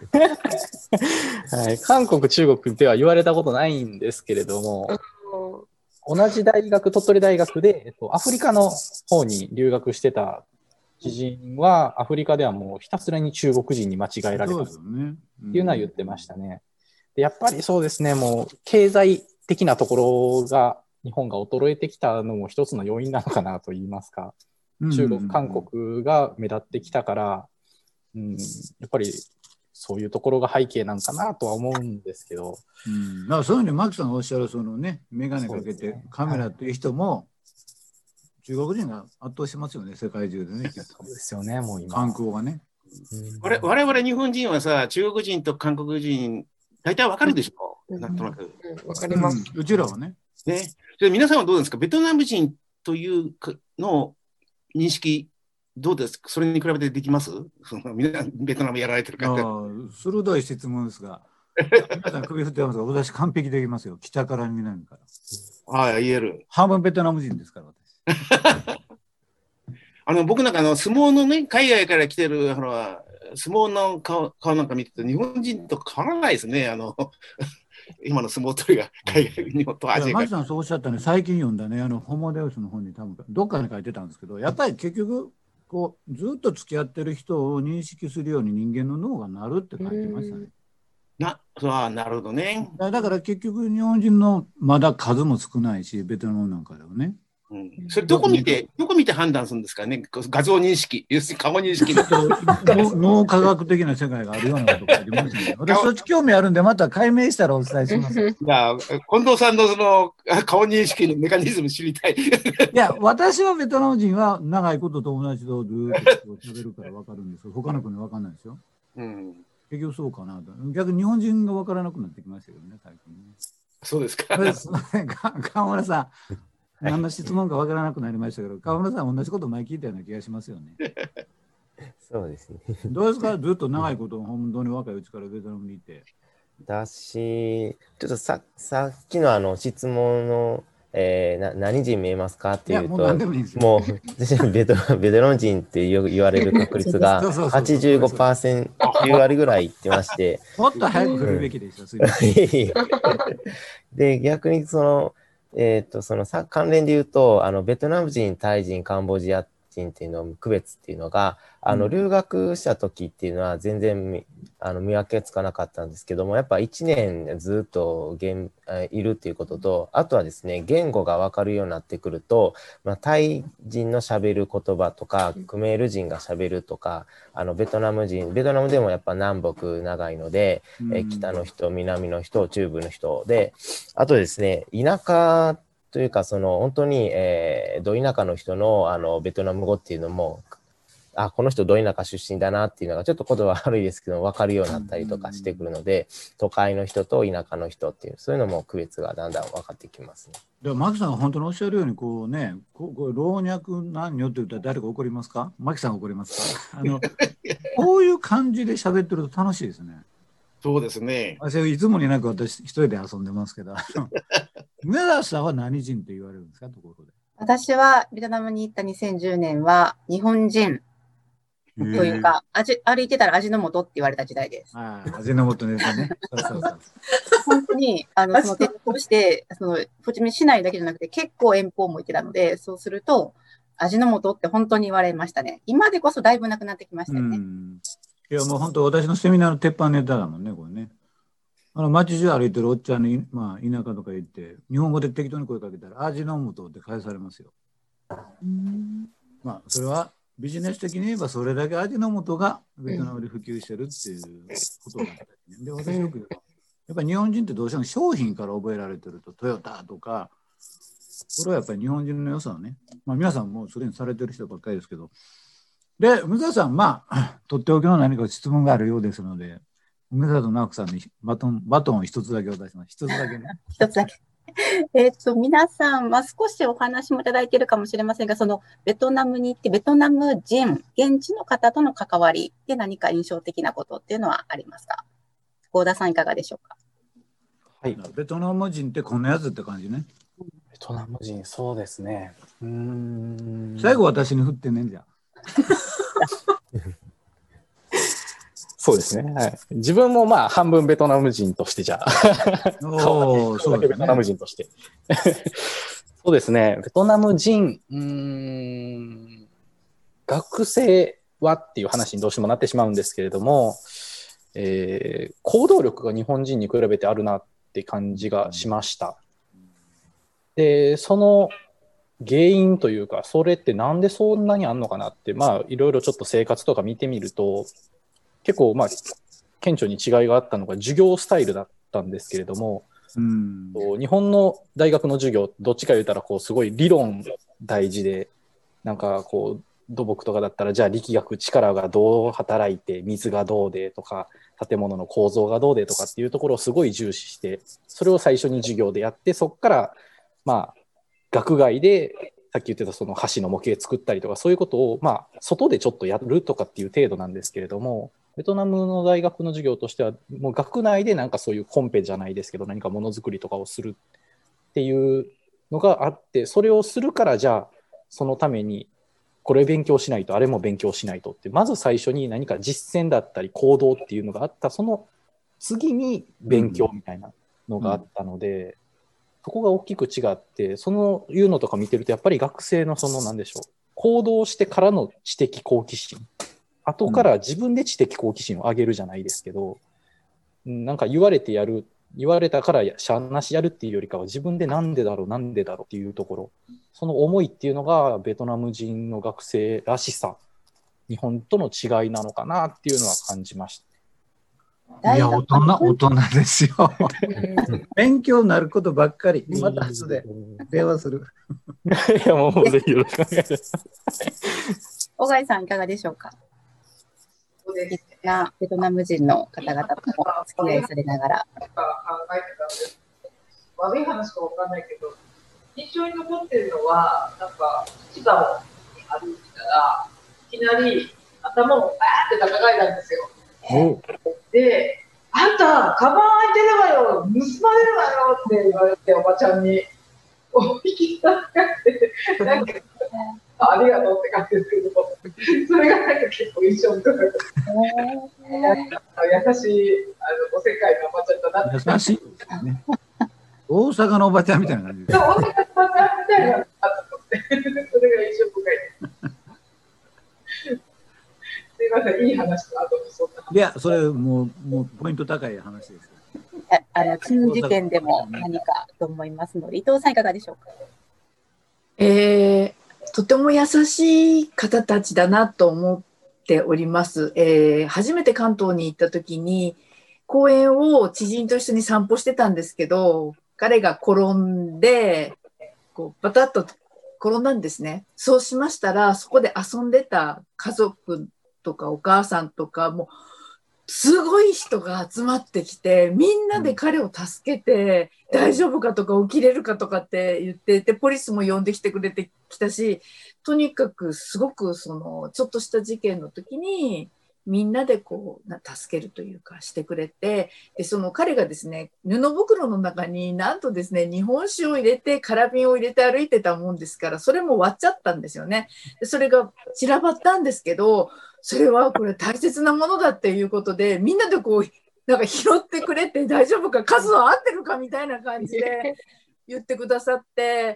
はい、韓国、中国では言われたことないんですけれども、同じ大学、鳥取大学で、えっと、アフリカの方に留学してた知人は、アフリカではもうひたすらに中国人に間違えられたそうっですよね。 ていうのは言ってましたね。でやっぱりそうですね、もう経済的なところが、日本が衰えてきたのも一つの要因なのかなと言いますか、中国、韓国が目立ってきたから、うん、やっぱりそういうところが背景なんかなとは思うんですけど。 うん、だからそういうふうにマキさんがおっしゃるそのね、眼鏡かけてカメラっていう人も、中国人が圧倒しますよね、世界中でね。 そうですよね、もう今。 観光がね。 我我々日本人はさ、中国人と韓国人、大体わかるでしょ、うん、なんとなく。わ、 うん、かります、 うん。うちらはね。 ね。で皆さんはどうですか、ベトナム人というの認識、どうですか、それに比べてできます？そのみんなベトナムやられてる方。 鋭い質問ですが、皆さん首振ってますが、私完璧できますよ、北から南から。 ああ、言える。 半分ベトナム人ですから、私。 あの僕なんかあの相撲のね、海外から来てるあの相撲の顔、顔なんか見てて、日本人と変わらないですね、あの今の相撲取りが海外、日本とアジアから。 マキさんそうおっしゃったね、最近読んだね、あのホモデウスの本に多分どっかに書いてたんですけど、やっぱり結局、こうずっと付き合ってる人を認識するように人間の脳がなるって書いてましたね。 な、あ、なるほどね。 だから結局日本人のまだ数も少ないし、ベトナムなんかではね。 うん、それどこ見て、どこ見て判断するんですかね、画像認識、要するに顔認識の脳科学的な世界があるようなことがありますね。私、そっち興味あるんで、また解明したらお伝えします。いや、近藤さんのその顔認識のメカニズム知りたい。いや、私はベトナム人は長いこと友達とずっと喋るから分かるんですよ。他の国分かんないですよ。うん、結局そうかなと。逆に日本人が分からなくなってきましたけどね、最近ね。 そうですか。 川村さん。何の質問かわからなくなりましたけど、川村さん、同じこと前聞いたような気がしますよね。 そうですね。 どうですか、ずっと長いこと、本当に若いうちからベトナムにいて。 だし、ちょっとささっきのあの質問の、えー、な何人見えますかっていうと、 もう何でもいいんですよ。 もう私ベトベトナム人って言われる確率がはちじゅうごパーセント、きゅう割ぐらいいってまして。 もっと早く来るべきでした、すいません。 で、逆にその、えー、とそのさ関連で言うと、あのベトナム人、タイ人、カンボジア人っていうの区別っていうのが、あの留学した時っていうのは全然あの見分けつかなかったんですけども、やっぱいちねんずっと現いるっていうことと、あとはですね、言語が分かるようになってくると、まあ、タイ人のしゃべる言葉とか、クメール人がしゃべるとか、あのベトナム人、ベトナムでもやっぱ南北長いので、え北の人、南の人、中部の人で、あとですね、田舎というか、その本当に、えー、ど田舎の人の、あのベトナム語っていうのも、あ、この人ど田舎出身だなっていうのがちょっと言葉悪いですけど分かるようになったりとかしてくるので、都会の人と田舎の人っていう、そういうのも区別がだんだん分かってきますね。 でもマキさんが本当におっしゃるように、こうね、こうこう老若男女って言ったら誰か怒りますか？マキさん怒りますか？あのこういう感じで喋ってると楽しいですね。 そうですね。 私いつもになく私一人で遊んでますけど、梅田さんは何人って言われるんですか、ところで。 私はベトナムに行ったにせんじゅうねんは日本人というか、味歩いてたら味の素って言われた時代です。 ああ、味の素ネタね。そうそうそう。 本当に、あの、その転校して、その、ホーチミン市内だけじゃなくて、結構遠方も行ってたので、そうすると、味の素って本当に言われましたね。今でこそだいぶなくなってきましたよね。 うん、いや、もう本当、私のセミナーの鉄板ネタだもんね、これね。あの街中歩いてるおっちゃんに、まあ、田舎とか行って、日本語で適当に声かけたら、味の素って返されますよ。うん、まあ、それはビジネス的に言えば、それだけ味の素がベトナムで普及してるっていうことなんだ、ね。で、私よく言う、やっぱり日本人ってどうしても商品から覚えられてると、トヨタとか、これはやっぱり日本人の良さをね、まあ、皆さんもうすでにされてる人ばっかりですけど、で、梅沢さん、まあ、とっておきの何か質問があるようですので、梅沢と直子さんにバトン、バトンを一つだけお出します。一つだけね。 一つだけ。えっと、皆さん、まあ、少しお話もいただいているかもしれませんが、そのベトナムに行って、ベトナム人、現地の方との関わりで何か印象的なことっていうのはありますか？合田さん、いかがでしょうか？ はい。ベトナム人ってこんなやつって感じね。 ベトナム人、そうですね。うーん。 最後、私に振ってんねんじゃん。 そうですね。はい。自分もまあ半分ベトナム人としてじゃあ。 おー、そうですね。 ベトナム人として。そうですね。ベトナム人、うーん、学生はっていう話にどうしてもなってしまうんですけれども、えー、行動力が日本人に比べてあるなって感じがしました。で、その原因というか、それってなんでそんなにあんのかなって、まあいろいろちょっと生活とか見てみると、結構まあ顕著に違いがあったのが授業スタイルだったんですけれども、うん、日本の大学の授業どっちか言ったらこうすごい理論大事で、なんかこう土木とかだったらじゃあ力学力がどう働いて水がどうでとか建物の構造がどうでとかっていうところをすごい重視して、それを最初に授業でやって、そこからまあ学外でさっき言ってたその橋の模型作ったりとかそういうことをまあ外でちょっとやるとかっていう程度なんですけれども、ベトナムの大学の授業としてはもう学内でなんかそういうコンペじゃないですけど何かものづくりとかをするっていうのがあって、それをするからじゃあそのためにこれ勉強しないとあれも勉強しないとって、まず最初に何か実践だったり行動っていうのがあった、その次に勉強みたいなのがあったので、うんうん、そこが大きく違って、そのいうのとか見てるとやっぱり学生のその何でしょう、行動してからの知的好奇心、後から自分で知的好奇心を上げるじゃないですけど、うん、なんか言われてやる、言われたからしゃあなしやるっていうよりかは自分でなんでだろうなんでだろうっていうところ、その思いっていうのがベトナム人の学生らしさ、日本との違いなのかなっていうのは感じました。 いや、大人、大人ですよ。勉強になることばっかり。また後で電話する。 いや、もうぜひよろしくお願いします。 小貝さん、いかがでしょうか？そうですね。ベトナム人の方々ともお付き合いされながら。考えてたんです。悪い話かわかんないけど、印象に残ってるのは、なんか、千葉に歩いてたら、いきなり頭をバーって叩かれたんですよ。で、あんた、カバン開いてるわよ、盗まれるわよって言われて、おばちゃんに、お引きたかって、なんか、ありがとうって感じですけど、それがなんか結構印象深かった。優しいあのおせっかいなおばちゃんだなって。 優しいですね。大阪のおばちゃんみたいな感じです。 そう、大阪のおばちゃんみたいなのあったと思って、それが印象深いです。すみません、いい話と後にそんな話。 いや、それもう、もうポイント高い話です。 あの、珍事件でも何かと思いますので、伊藤さんいかがでしょうか？ えー、とても優しい方たちだなと思っております。えー、初めて関東に行った時に、公園を知人と一緒に散歩してたんですけど、彼が転んで、こうバタッと転んだんですね。そうしましたら、そこで遊んでた家族とかお母さんとかもすごい人が集まってきて、みんなで彼を助けて、うん、大丈夫かとか起きれるかとかって言ってで、ポリスも呼んできてくれてきたし、とにかくすごくそのちょっとした事件の時にみんなでこう助けるというかしてくれて、でその彼がですね、布袋の中になんとですね、日本酒を入れてカラビンを入れて歩いてたもんですから、それも割っちゃったんですよね。でそれが散らばったんですけど、 それはこれ大切なものだっていうことで、みんなでこうなんか拾ってくれて大丈夫か、数は合ってるかみたいな感じで言ってくださって、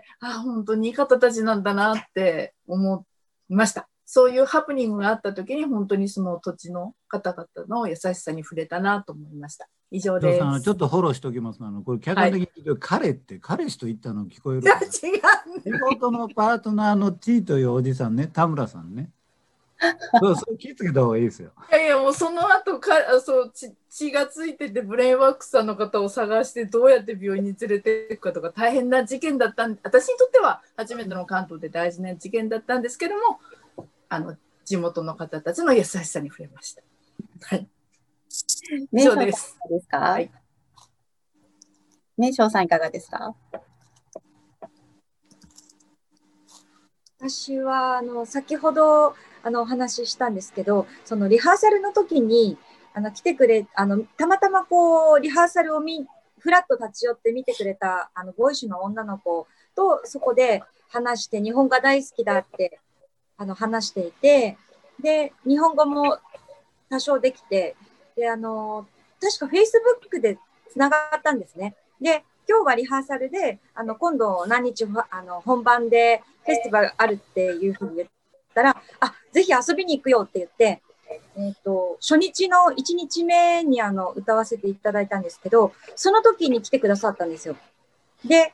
あ、本当にいい方たちなんだなって思いました。そういうハプニングがあった時に本当にその土地の方々の優しさに触れたなと思いました。以上です。 ちょっとフォローしておきますの。これ客観的に言うと、はい、彼って彼氏と言ったの聞こえる。 いや違う。 地元のパートナーの T というおじさんね、田村さんね。そうそう気をつけた方がいいですよ。 いやいやもうその後かそう血、血がついててブレインワークさんの方を探してどうやって病院に連れていくかとか大変な事件だったんで、私にとっては初めての関東で大事な事件だったんですけども、あの地元の方たちの優しさに触れました。はい。以上です。 ですか。はい。ね、翔さんいかがですか。 私はあの先ほどあのお話ししたんですけど、そのリハーサルの時にあの来てくれあのたまたまこうリハーサルを見フラッと立ち寄って見てくれたあのボーイッシュの女の子とそこで話して日本が大好きだってあの話していて、で日本語も多少できて、であの確か Facebook でつながったんですね。で今日はリハーサルであの今度何日あの本番でフェスティバルあるっていうふうに言ったら、あ、ぜひ遊びに行くよって言って、えっと、初日のいちにちめにあの歌わせていただいたんですけど、その時に来てくださったんですよ。で、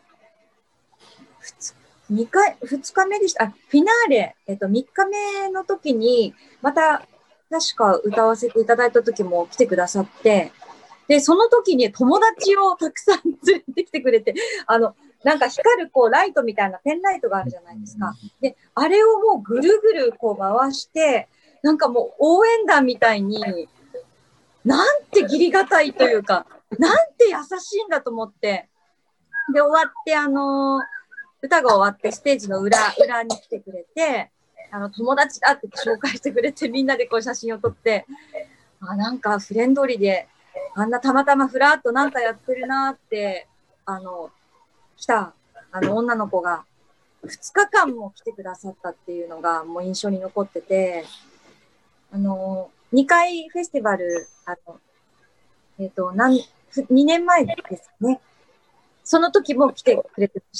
にかい、ふつかめでした。あ、フィナーレ、えっと、みっかめの時に、また、確か歌わせていただいた時も来てくださって、で、その時に友達をたくさん連れてきてくれて、あの、なんか光るこうライトみたいなペンライトがあるじゃないですか。で、あれをもうぐるぐるこう回して、なんかもう応援団みたいに、なんて義理がたいというか、なんて優しいんだと思って、で、終わって、あの、歌が終わってステージの裏、裏に来てくれて、あの、友達だって紹介してくれて、みんなでこう写真を撮って、あ、なんかフレンドリーで、あんなたまたまふらっとなんかやってるなって、あの、来た、あの、女の子が、ふつかかんも来てくださったっていうのが、もう印象に残ってて、あの、にかいフェスティバル、あの、えっと、なん、にねんまえですね。その時も来てくれてました。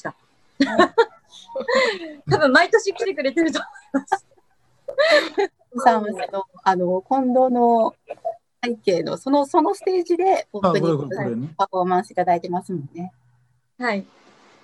多分毎年来てくれてると思います。 さんはその、あの、近藤の背景の、その、そのステージで、オープニングのパフォーマンスいただいてますもんね。 はい。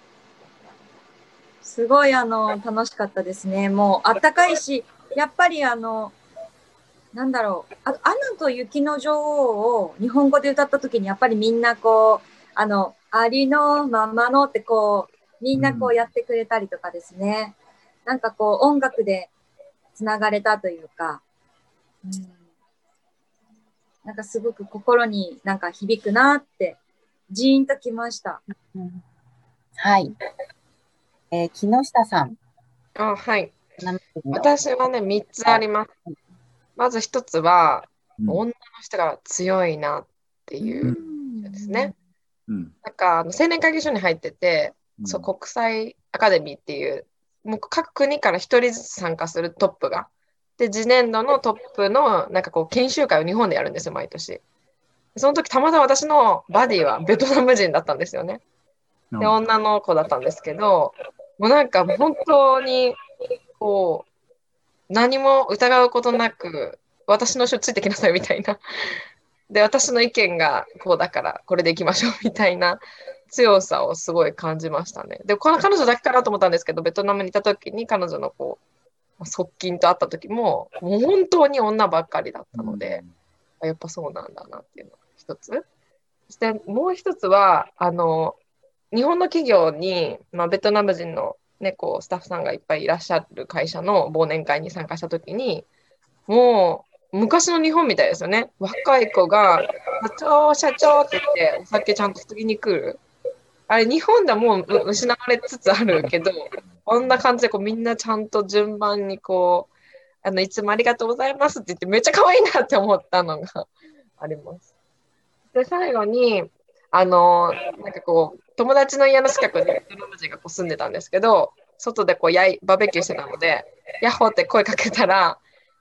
すごい、あの、楽しかったですね。もう、あったかいし、やっぱり、あの、なんだろう、あアナと雪の女王を日本語で歌った時に、やっぱりみんなこう、あの、ありのままのってこう、みんなこうやってくれたりとかですね。うん、なんかこう、音楽でつながれたというか、うん、なんかすごく心になんか響くなって、ジーンときました。 うん、はい。えー、木下さん。 あ、はい。私はね、みっつあります。まず一つは、うん、女の人が強いなっていうですね。うん、なんかあの青年会議所に入ってて、うん、そう国際アカデミーっていう、もう各国から一人ずつ参加するトップが。で、次年度のトップのなんかこう研修会を日本でやるんですよ、毎年。その時たまたま私のバディはベトナム人だったんですよね。で、女の子だったんですけど、もうなんか本当にこう、何も疑うことなく、私の書ついてきなさいみたいな。で、私の意見がこうだから、これでいきましょうみたいな強さをすごい感じましたね。で、この彼女だけかなと思ったんですけど、ベトナムにいた時に彼女のこう、側近と会った時も、もう本当に女ばっかりだったので、うん、やっぱそうなんだなっていうのが一つ。そしてもう一つは、あの、日本の企業に、まあ、ベトナム人のね、こうスタッフさんがいっぱいいらっしゃる会社の忘年会に参加したときに、もう昔の日本みたいですよね。若い子が、社長、社長って言ってお酒ちゃんと次に来る。あれ、日本ではもう失われつつあるけど、こんな感じでこうみんなちゃんと順番にこう、あのいつもありがとうございますって言ってめっちゃ可愛いなって思ったのがあります。で、最後に、あの、なんかこう、友達の家の近くにベトナム人がこう住んでたんですけど、外でこうやいバーベキューしてたので、ヤッホーって声かけたら、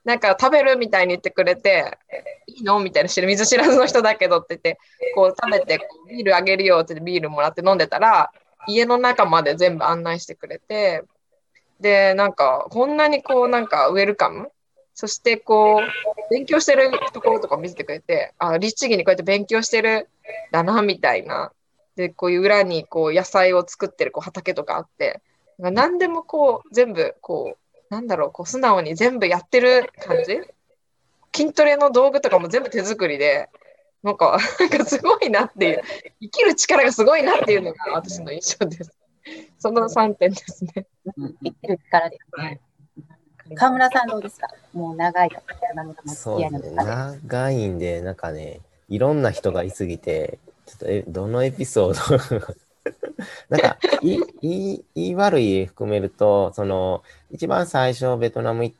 なんか食べるみたいに言ってくれて、いいのみたいな、水知らずの人だけどって言って、こう食べて、ビールあげるよって言ってビールもらって飲んでたら、家の中まで全部案内してくれて、で、なんか、こんなにこう、なんか、ウェルカム、そしてこう、勉強してるところとか見せてくれて、あ、律儀にこうやって勉強してるだな、みたいな。で、こういう裏にこう、野菜を作ってるこう畑とかあって、何でもこう、全部、こう、なんだろう、こう、素直に全部やってる感じ。筋トレの道具とかも全部手作りで、なんか、なんかすごいなっていう、生きる力がすごいなっていうのが私の印象です。そのさんてんですね。 生きる力ですね。川村さんどうですか？もう長いそうですね。長いんで、なんかね、いろんな人がいすぎて、ちょっとえどのエピソードなんかいい、いい、いい悪い含めると、その、一番最初ベトナム行って、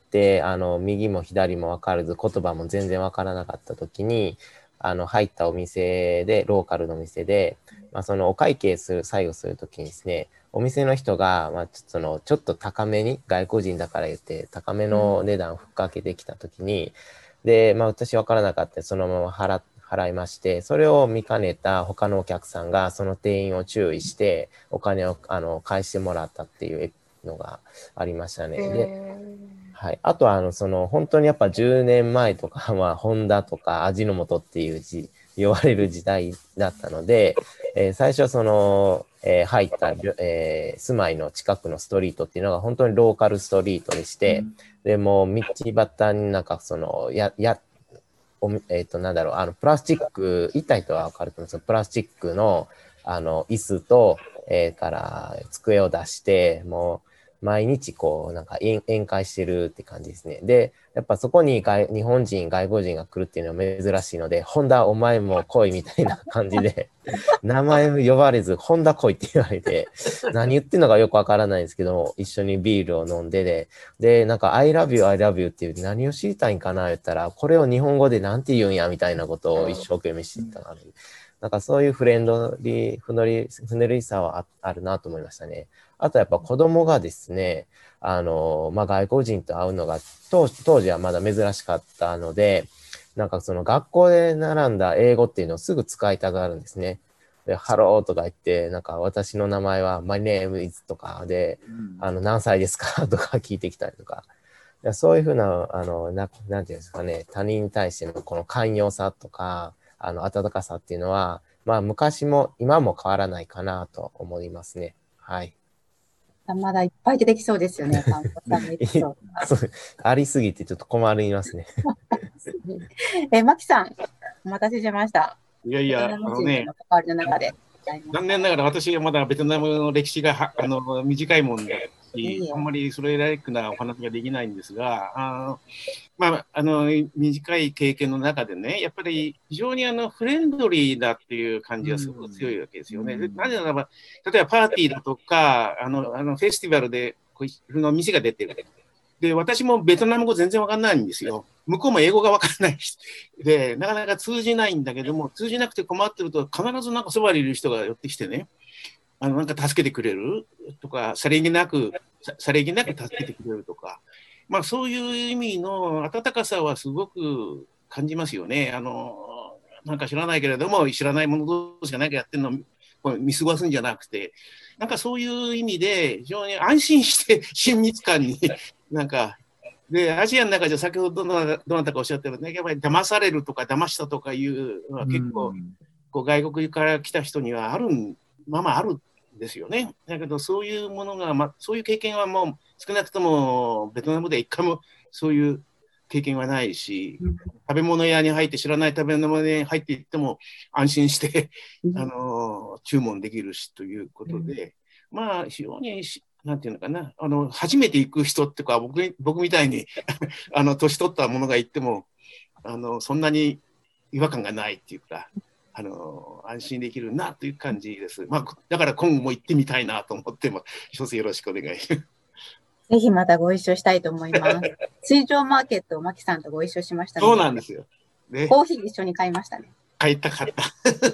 あの、右も左も分からず、言葉も全然分からなかった時に、あの、入ったお店で、ローカルのお店で、まあ、そのお会計する、最後するときにですね、お店の人が、まあ、ちょっとその、ちょっと高めに、外国人だから言って、高めの値段をふっかけてきたときに、で、まあ、私分からなかった、そのまま払、払いまして、それを見かねた他のお客さんが、その店員を注意して、お金を、あの、返してもらったっていうのがありましたね。で、はい。あとは、あの、その、本当にやっぱじゅうねんまえとかは、ホンダとか味の素っていう字、言われる時代だったので、えー、最初その、えー、入った、えー、住まいの近くのストリートっていうのが本当にローカルストリートでして、うん、で、もう道端になんかその、や、や、おえっと、なんだろう、あの、プラスチック、痛いとは分かると思うんですけど、プラスチックの、あの、椅子と、えー、から机を出して、もう、毎日こう、なんか宴会してるって感じですね。で、やっぱそこに外日本人、外国人が来るっていうのは珍しいので、ホンダお前も来いみたいな感じで、名前呼ばれず、ホンダ来いって言われて、何言ってんのかよくわからないんですけど、一緒にビールを飲んでで、で、なんか I love you, I love you っていう何を知りたいんかな言ったら、これを日本語でなんて言うんやみたいなことを一生懸命知ったので、なんかそういうフレンドリー、ふのり、ふねりさは あ, あるなと思いましたね。あとやっぱ子供がですね、あの、まあ、外国人と会うのが当、当時はまだ珍しかったので、なんかその学校で習んだ英語っていうのをすぐ使いたがるんですね。で、ハローとか言って、なんか私の名前は My name is とかで、うん、あの、何歳ですかとか聞いてきたりとか。そういうふうな、あの、な、なんていうんですかね、他人に対してのこの寛容さとか、あの、温かさっていうのは、まあ、昔も今も変わらないかなと思いますね。はい。 まだいっぱい出てきそうですよね。 ありすぎてちょっと困りますね。 え、マキさん、お待たせしました。 いやいや、あのね、残念ながら私はまだベトナムの歴史がはあの短いもんで、あんまりそれらしくなお話ができないんですが、あのまあ、あの短い経験の中でね、やっぱり非常にあのフレンドリーだっていう感じがすごく強いわけですよね。なぜならば、例えばパーティーだとか、あのあのフェスティバルでこういうの店が出てる。で、私もベトナム語全然わかんないんですよ。向こうも英語がわからないで、なかなか通じないんだけども、通じなくて困ってると、必ずなんかそばにいる人が寄ってきてね、あのなんか助けてくれるとか、さりげなく、さりげなく助けてくれるとか、まあそういう意味の温かさはすごく感じますよね。あの、なんか知らないけれども、知らない者同士が何かやってるのを見過ごすんじゃなくて、なんかそういう意味で非常に安心して親密感になんか、で、アジアの中で先ほどどなたかおっしゃったように、やっぱり騙されるとか騙したとかいうのは結構、こう外国から来た人にはあるままあるんですよね。だけどそういうものが、ま、そういう経験はもう少なくともベトナムで一回もそういう経験はないし、食べ物屋に入って知らない食べ物屋に入っていっても安心してあの注文できるしということで、まあ非常になんていうのかな、あの初めて行く人っていうか、僕僕みたいにあの年取った者が行ってもあのそんなに違和感がないっていうか、あの安心できるなという感じです。まあ、だから今後も行ってみたいなと思っても、一つよろしくお願いします。 ぜひまたご一緒したいと思います。水上マーケットをマキさんとご一緒しましたね。そうなんですよ。 ね、コーヒー一緒に買いましたね。 買いたかった。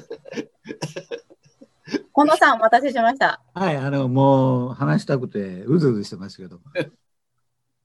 近藤さん、お待たせしました。 はい、あの、もう話したくて、うずうずしてますけど。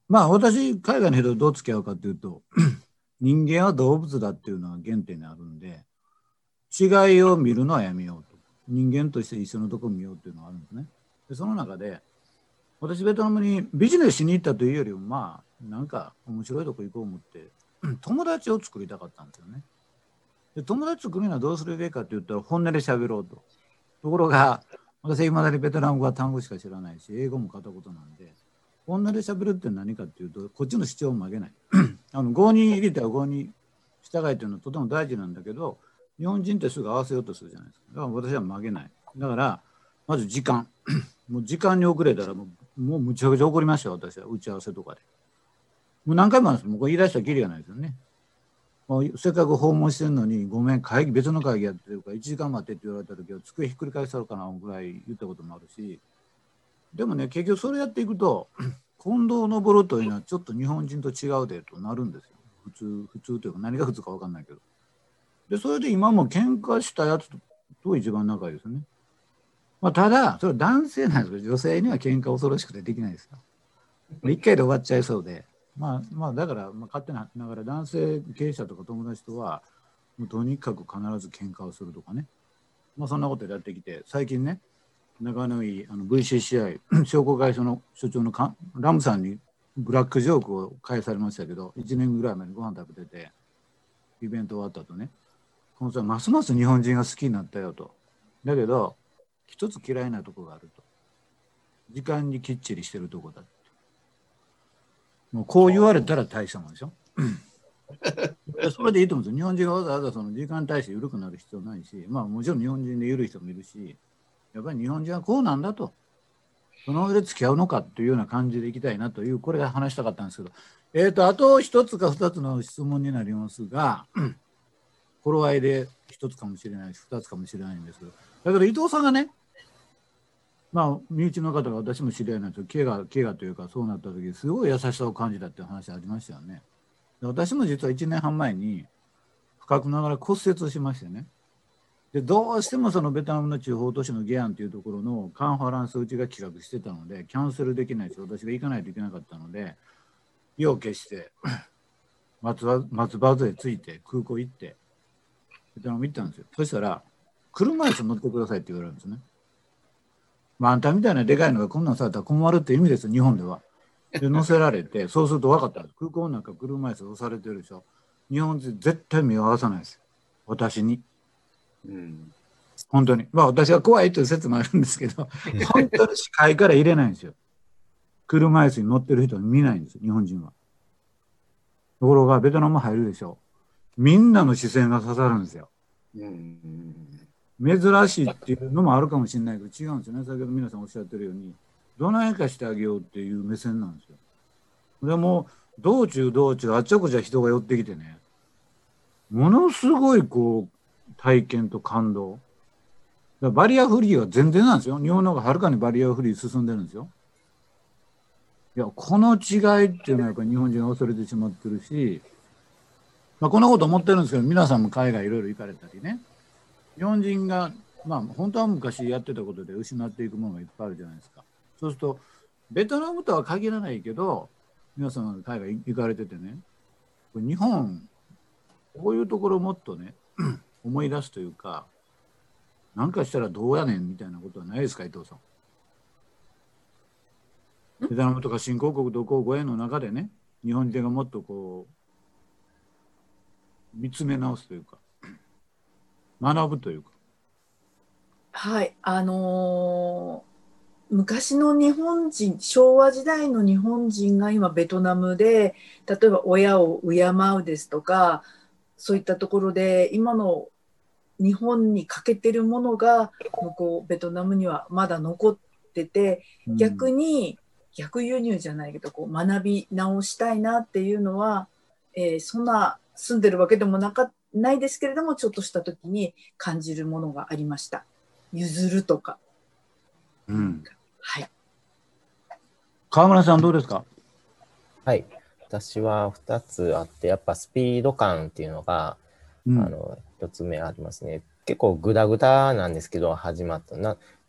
まあ私、海外の人とどう付き合うかというと、人間は動物だっていうのは原点にあるんで、違いを見るのはやめようと。人間として一緒のところを見ようっていうのがあるんですね。でその中で、私、ベトナムにビジネスしに行ったというよりも、まあ、なんか面白いとこ行こう思って、友達を作りたかったんですよね。で友達作るにはどうすればいいかって言ったら、本音で喋ろうと。ところが、私はいまだにベトナム語は単語しか知らないし、英語も片言なんで、本音で喋るって何かっていうと、こっちの主張を曲げない。あの郷に入れたら郷に従いというのはとても大事なんだけど、日本人ってすぐ合わせようとするじゃないですか。だから私は曲げない。だから、まず時間。もう時間に遅れたらもう、もうむちゃくちゃ怒りましたよ、私は。打ち合わせとかで。もう何回もあるんです。もうこれ言い出したらきりがないですよね。もうせっかく訪問してるのに、ごめん、会議、別の会議やってるから、いちじかん待ってって言われた時は、机ひっくり返したのかなぐらい言ったこともあるし、でもね、結局それやっていくと、近藤昇というのはちょっと日本人と違うでとなるんですよ。普通、普通というか何が普通か分かんないけど。で、それで今も喧嘩したやつと一番仲いいですね。まあ、ただ、それは男性なんですけど、女性には喧嘩恐ろしくてできないですよ。一回で終わっちゃいそうで。まあ、まあ、だから、まあ、勝手ながら男性経営者とか友達とは、もうとにかく必ず喧嘩をするとかね。まあ、そんなことやってきて、最近ね、仲のいいあの ブイシーシーアイ 商工会所の所長のかラムさんにブラックジョークを返されましたけど、いちねんぐらい前にご飯食べてて、イベント終わった後ね、この人はますます日本人が好きになったよと。だけど、一つ嫌いなとこがあると。時間にきっちりしてるとこだって。もうこう言われたら大したもんでしょ。それでいいと思うんですよ。日本人がわざわざその時間に対して緩くなる必要ないし、まあもちろん日本人で緩い人もいるし、やっぱり日本人はこうなんだと。その上で付き合うのかというような感じでいきたいなという、これが話したかったんですけど、えっと、あと一つか二つの質問になりますが、頃合いで一つかもしれないし、二つかもしれないんですけど、だけど伊藤さんがね、まあ、身内の方が私も知り合いなんですけど、怪我、怪我というか、そうなった時、すごい優しさを感じたっていう話ありましたよね。で私も実はいちねんはん前に、深くながら骨折をしましてね。で、どうしてもそのベトナムの地方都市のゲアンというところのカンファランスをうちが企画してたので、キャンセルできないし、私が行かないといけなかったので、意を決して、松葉、松葉津へ着いて、空港行って、ベトナム行ったんですよ。そしたら、車椅子乗ってくださいって言われるんですね。まあ、あんたみたいなでかいのがこんなんされたら困るって意味ですよ、日本では。で、乗せられて、そうすると分かったんです。空港の中、車椅子押されてるでしょ。日本人絶対目を合わさないですよ。私に。うん、本当に。まあ、私は怖いという説もあるんですけど、本当に視界から入れないんですよ。車椅子に乗ってる人見ないんですよ、日本人は。ところが、ベトナム入るでしょ。みんなの視線が刺さるんですよ。うん珍しいっていうのもあるかもしれないけど違うんですよね。先ほど皆さんおっしゃってるようにどないかしてあげようっていう目線なんですよ。でも道中道中あっちゃこちゃ人が寄ってきてね、ものすごいこう体験と感動。だからバリアフリーは全然なんですよ。日本の方がはるかにバリアフリー進んでるんですよ。いやこの違いっていうのはやっぱり日本人が恐れてしまってるし、まあ、こんなこと思ってるんですけど皆さんも海外いろいろ行かれたりね。日本人が、まあ、本当は昔やってたことで失っていくものがいっぱいあるじゃないですか。そうすると、ベトナムとは限らないけど、皆さん海外行かれててね、日本、こういうところをもっとね、思い出すというか、なんかしたらどうやねんみたいなことはないですか、伊藤さん。ベトナムとか新興国とこうご縁の中でね、日本人がもっとこう、見つめ直すというか、学ぶというか。 はい、あのー、昔の日本人、昭和時代の日本人が今ベトナムで、例えば親を敬うですとか、そういったところで今の日本に欠けてるものが向こうベトナムにはまだ残ってて、逆に逆輸入じゃないけどこう学び直したいなっていうのは、えー、そんな住んでるわけでもなかったないですけれども、ちょっとした時に感じるものがありました。譲るとか。 うん。 はい。 川村さんどうですか？ はい。私はふたつあって、やっぱスピード感っていうのが、うん、あの、ひとつめありますね。結構グダグダなんですけど、始まったな。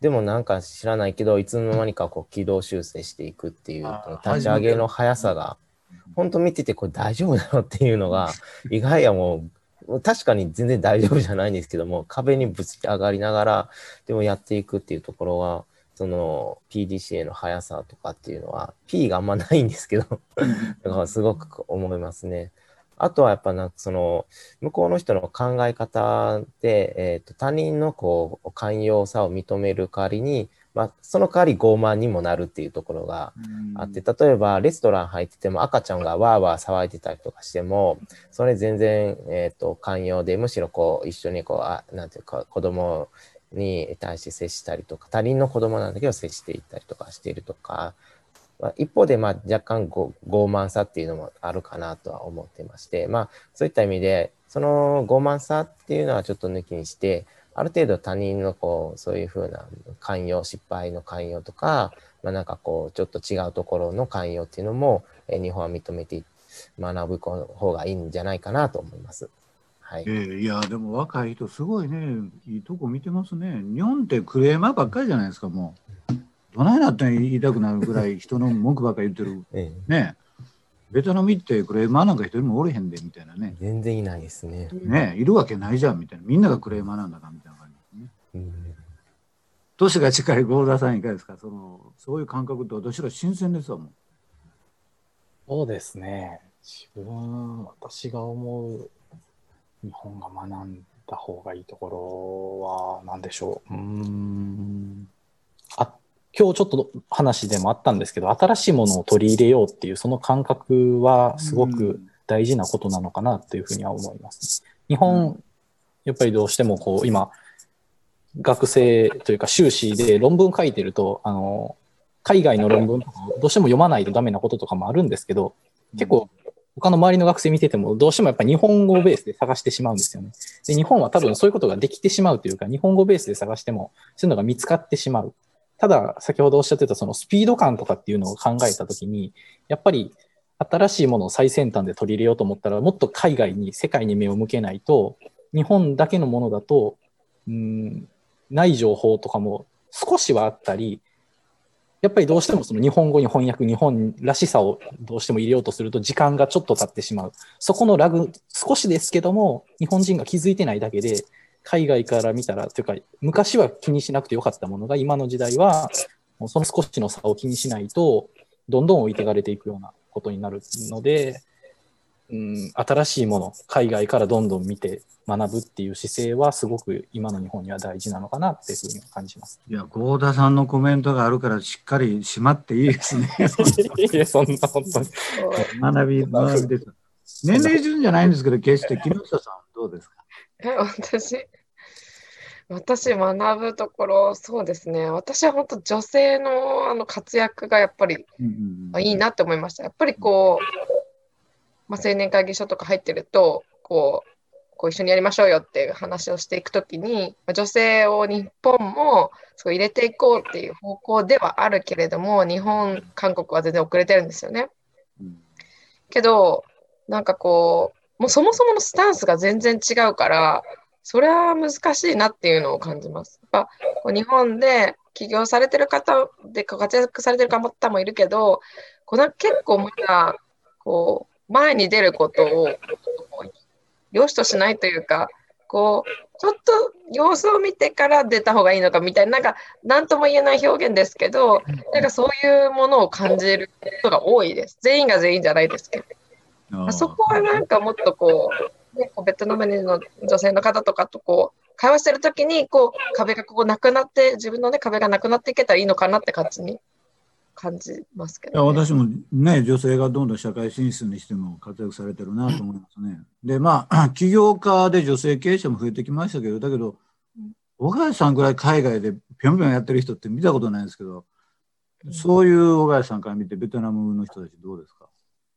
でもなんか知らないけどいつの間にかこう軌道修正していくっていう立ち上げの速さが本当見ててこれ大丈夫なのっていうのが意外やもう確かに全然大丈夫じゃないんですけども壁にぶち上がりながらでもやっていくっていうところはその ピーディーシーエー の速さとかっていうのは P があんまないんですけどだからすごく思いますね。あとはやっぱなんかその向こうの人の考え方で、えーと、他人のこう寛容さを認める代わりに、まあ、その代わり傲慢にもなるっていうところがあって、例えばレストラン入ってても赤ちゃんがわーわー騒いでたりとかしてもそれ全然、えーと、寛容でむしろこう一緒にこうあなんていうか子供に対して接したりとか他人の子供なんだけど接していったりとかしているとか。一方でまあ若干ご傲慢さっていうのもあるかなとは思ってまして、まあ、そういった意味でその傲慢さっていうのはちょっと抜きにしてある程度他人のこうそういうふうな寛容失敗の寛容とか、まあ、なんかこうちょっと違うところの寛容っていうのもえ日本は認めて学ぶ方がいいんじゃないかなと思います。はい、 えー、いやでも若い人すごいねいいとこ見てますね。日本ってクレーマーばっかりじゃないですかもう。どないなって言いたくなるぐらい人の文句ばっかり言ってる、ええ、ねベトナム行ってクレーマーなんか一人もおれへんでみたいなね全然いないですねねいるわけないじゃんみたいなみんながクレーマーなんだなみたいな感じですね、うん、年が近い合田さんいかがですかそのそういう感覚って私ら新鮮ですわもん。 そうですね自分私が思う日本が学んだ方がいいところは何でしょううーんあ今日ちょっと話でもあったんですけど新しいものを取り入れようっていうその感覚はすごく大事なことなのかなというふうには思います。日本やっぱりどうしてもこう今学生というか修士で論文書いてるとあの海外の論文とかどうしても読まないとダメなこととかもあるんですけど結構他の周りの学生見ててもどうしてもやっぱり日本語ベースで探してしまうんですよね。で日本は多分そういうことができてしまうというか日本語ベースで探してもそういうのが見つかってしまう。ただ先ほどおっしゃってたそのスピード感とかっていうのを考えたときにやっぱり新しいものを最先端で取り入れようと思ったらもっと海外に世界に目を向けないと日本だけのものだとうーんない情報とかも少しはあったりやっぱりどうしてもその日本語に翻訳日本らしさをどうしても入れようとすると時間がちょっと経ってしまうそこのラグ少しですけども日本人が気づいてないだけで海外から見たらというか昔は気にしなくてよかったものが今の時代はもうその少しの差を気にしないとどんどん置いてかれていくようなことになるので、うん、新しいもの海外からどんどん見て学ぶっていう姿勢はすごく今の日本には大事なのかなっていうふうに感じます。 いや合田さんのコメントがあるからしっかり締まっていいですね。 いやそんな本当に学び学びです。年齢順じゃないんですけど決して木下さんどうですか。 私、私学ぶところ、そうですね。私は本当女性のあの活躍がやっぱりいいなって思いました。やっぱりこう、まあ、青年会議所とか入ってると、こう、こう一緒にやりましょうよっていう話をしていくときに、女性を日本もそう入れていこうっていう方向ではあるけれども、日本、韓国は全然遅れてるんですよね。けど、なんかこう、もうそもそものスタンスが全然違うから、それは難しいなっていうのを感じます。やっぱこう日本で起業されてる方で活躍されてる方もいるけど、こうなんか結構まだこう前に出ることを良しとしないというか、こうちょっと様子を見てから出た方がいいのかみたいな、なんか何とも言えない表現ですけど、なんかそういうものを感じることが多いです。全員が全員じゃないですけど。あそこはなんかもっとこう、ね、こうベトナム人の女性の方とかとこう会話してるときにこう壁がここなくなって自分の、ね、壁がなくなっていけたらいいのかなって感じに感じますけど、ね、 いや私もね女性がどんどん社会進出にしても活躍されてるなと思いますね。でまあ起業家で女性経営者も増えてきましたけどだけど小林さんぐらい海外でぴょんぴょんやってる人って見たことないんですけど、うん、そういう小林さんから見てベトナムの人たちどうですか。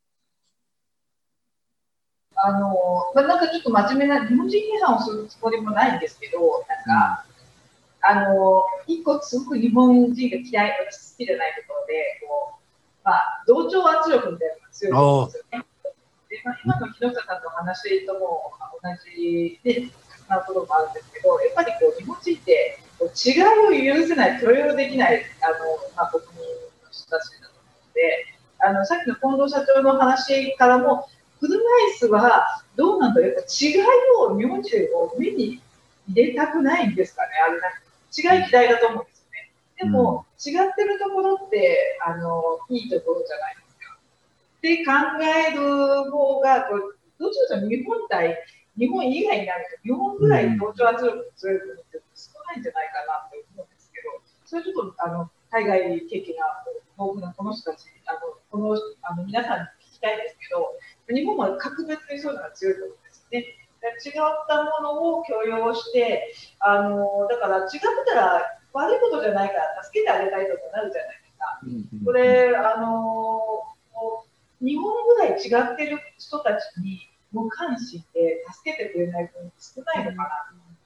あのまあ、なんかちょっと真面目な日本人批判をするつもりもないんですけど、なんか、うん、あの一個すごく日本人が嫌い、私好きじゃないところで、こうまあ、同調圧力みたいなのが強いんですよね。でまあ、今の木下さんの話とも同じでなこともあるんですけど、やっぱりこう日本人ってこう違いを許せない、許容できないあの、まあ、国民の人たちなので、あのさっきの近藤社長の話からも、車椅子はどうなんだろう、やっぱ違いを日本人を目に入れたくないんですかね、あれなんか違い嫌いだと思うんですよね。でも、うん、違ってるところってあのいいところじゃないですか。って考える方が、こうどっちかというと日本対日本以外になると、日本ぐらい同調圧力が強い国って少ないんじゃないかなと思うんですけど、それちょっとあの海外経験が豊富なこの人たち、あのこのあの皆さんに聞きたいんですけど、日本は格別にそういうのが強いと思うんですね。違ったものを許容して、あのだから違ったら悪いことじゃないから助けてあげたいとかなるじゃないですか。うんうん、これあの日本ぐらい違ってる人たちに無関心で助けてくれない国少ないのかなと思って、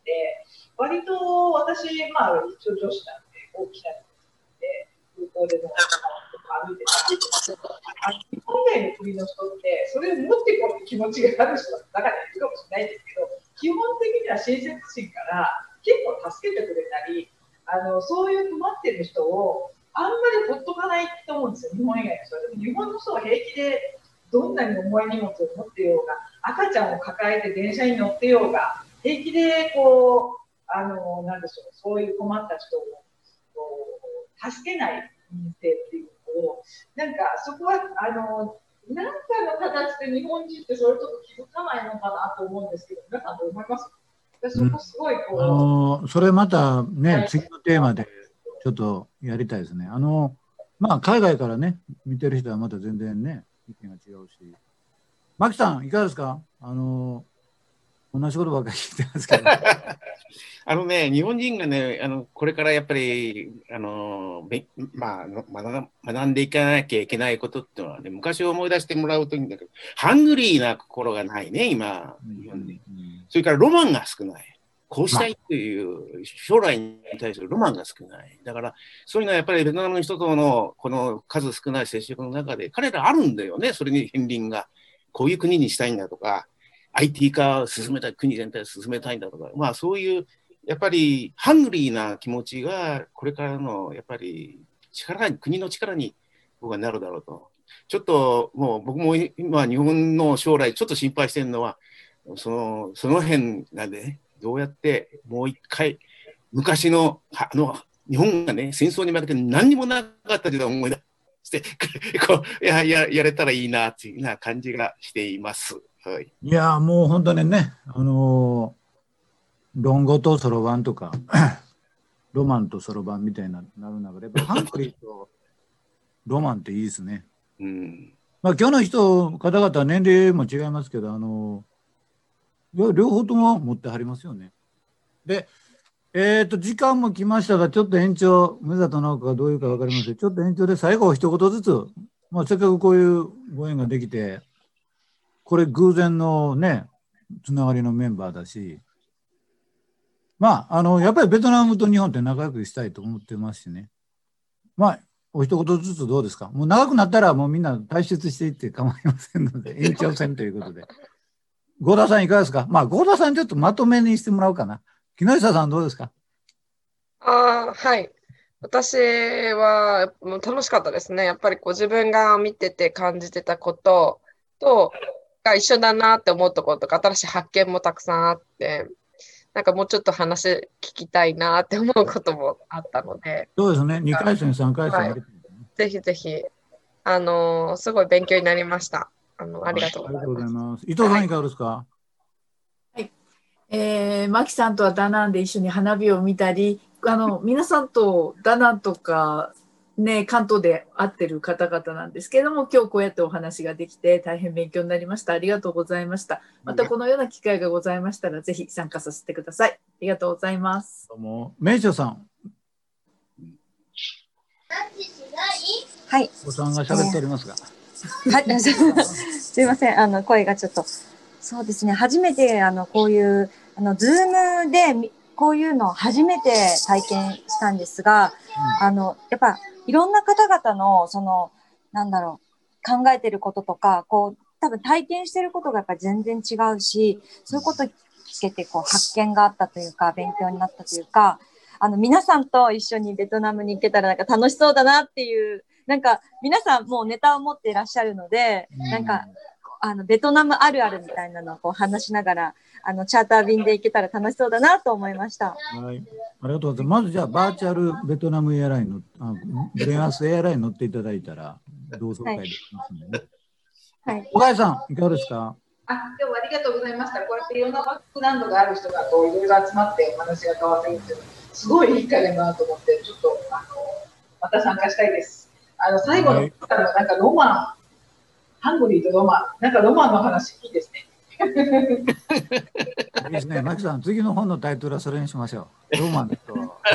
割と私、まあ、一応女子なんで大きなで空港でも歩いてたりとか、日本以外の国の人ってそれを持っていこうという気持ちがある人の中でいるかもしれないんですけど、基本的には親切心から結構助けてくれたり、あのそういう困ってる人をあんまりほっとかないと思うんですよ、日本以外の人は。でも日本の人は平気でどんなに重い荷物を持ってようが、赤ちゃんを抱えて電車に乗ってようが、平気でこう、あの、なんでしょう、そういう困った人を助けない民生っていうのを、なんかそこは、あの、なんかの形で日本人ってそういうとこ気づかないのかなと思うんですけど、皆さんどう思いますか？そこすごいこう、うん、あのそれまたね、はい、次のテーマでちょっとやりたいですね。あの、まあ、海外からね、見てる人はまた全然ね、意見が違うし。牧さん、いかがですか？あの、同じことばっかり聞いてますけど。 あのね、日本人がね、あのこれからやっぱり、あのまあ、学んでいかなきゃいけないことっていうのはね、昔を思い出してもらうといいんだけど、ハングリーな心がないね、今、日本で。うん、それからロマンが少ない。こうしたいという将来に対するロマンが少ない。だから、そういうのはやっぱりベトナムの人とのこの数少ない接触の中で、彼らあるんだよね、それに片鱗が。こういう国にしたいんだとか、アイティー 化を進めたい、国全体を進めたいんだとか、まあそういう、やっぱりハングリーな気持ちが、これからのやっぱり力に、国の力に僕はなるだろうと。ちょっともう僕も今、日本の将来、ちょっと心配してるのは、その、その辺なんでね、どうやってもう一回、昔の、あの、日本がね、戦争に負けて何にもなかった時代を思い出してこうや、や、やれたらいいな、というような感じがしています。はい、 いや、もう本当にね、あのー、論語とそろばんとか、ロマンとそろばんみたいになる中で、やっぱハングリーとロマンっていいですね。うん、まあ今日の人、方々は年齢も違いますけど、あのー、両方とも持ってはりますよね。で、えーと、時間も来ましたが、ちょっと延長、目里直子がどういうか分かりません。ちょっと延長で最後一言ずつ、まあ、せっかくこういうご縁ができて、これ偶然のね、つながりのメンバーだし、まあ、あの、やっぱりベトナムと日本って仲良くしたいと思ってますしね。まあ、お一言ずつどうですか？もう長くなったらもうみんな退出していって構いませんので、延長戦ということで。合田さんいかがですか？まあ、合田さんちょっとまとめにしてもらおうかな。木下さんどうですか？ あはい。私はもう楽しかったですね。やっぱりこう自分が見てて感じてたこととが一緒だなって思うところとか、新しい発見もたくさんあって、なんかもうちょっと話聞きたいなって思うこともあったので。 そうですね。にかい戦、さんかい戦、はい。 ぜひぜひ、あのー、すごい勉強になりました。あのありがとうございます。ありがとうございます。 伊藤さんいかがですか？はいはいえー、マキさんとはダナンで一緒に花火を見たり、あの皆さんとダナンとか、ね、関東で会ってる方々なんですけれども、今日こうやってお話ができて大変勉強になりました。ありがとうございました。またこのような機会がございましたら、ぜひ参加させてください。ありがとうございます。 どうも。めいちょさん。 はい。 お子さんが喋っておりますが。 えー、はい、すいません、あの声がちょっと。そうですね、初めてあのこういうあのズームでこういうのを初めて体験したんですが、うん、あのやっぱいろんな方々のそのなんだろう考えてることとかこう多分体験してることがやっぱ全然違うし、そういうこと聞けてこう発見があったというか勉強になったというか、 あの、皆さんと一緒にベトナムに行けたらなんか楽しそうだなっていう、なんか皆さんもうネタを持っていらっしゃるので、なんか、あの、ベトナムあるあるみたいなのをこう話しながら、あの、チャーター便で行けたら楽しそうだなと思いました。 はい。ありがとうございます。まずじゃあ、バーチャルベトナムエアラインの、あブレアスエアライン乗っていただいたら、同窓会できますのでね。はい。小林さん、いかがですか？ あ、今日はありがとうございました。こうやっていろんなバックグラウンドがある人がこういろいろ集まってお話が交わせるっていうのは、すごいいい会だなと思って、ちょっとあのまた参加したいです。あの最後の、はい、なんかロマン、ハングリーとロマン、なんかロマンの話いいですね。 いいですね。マキさん、次の本のタイトルはそれにしましょう。ロマンと。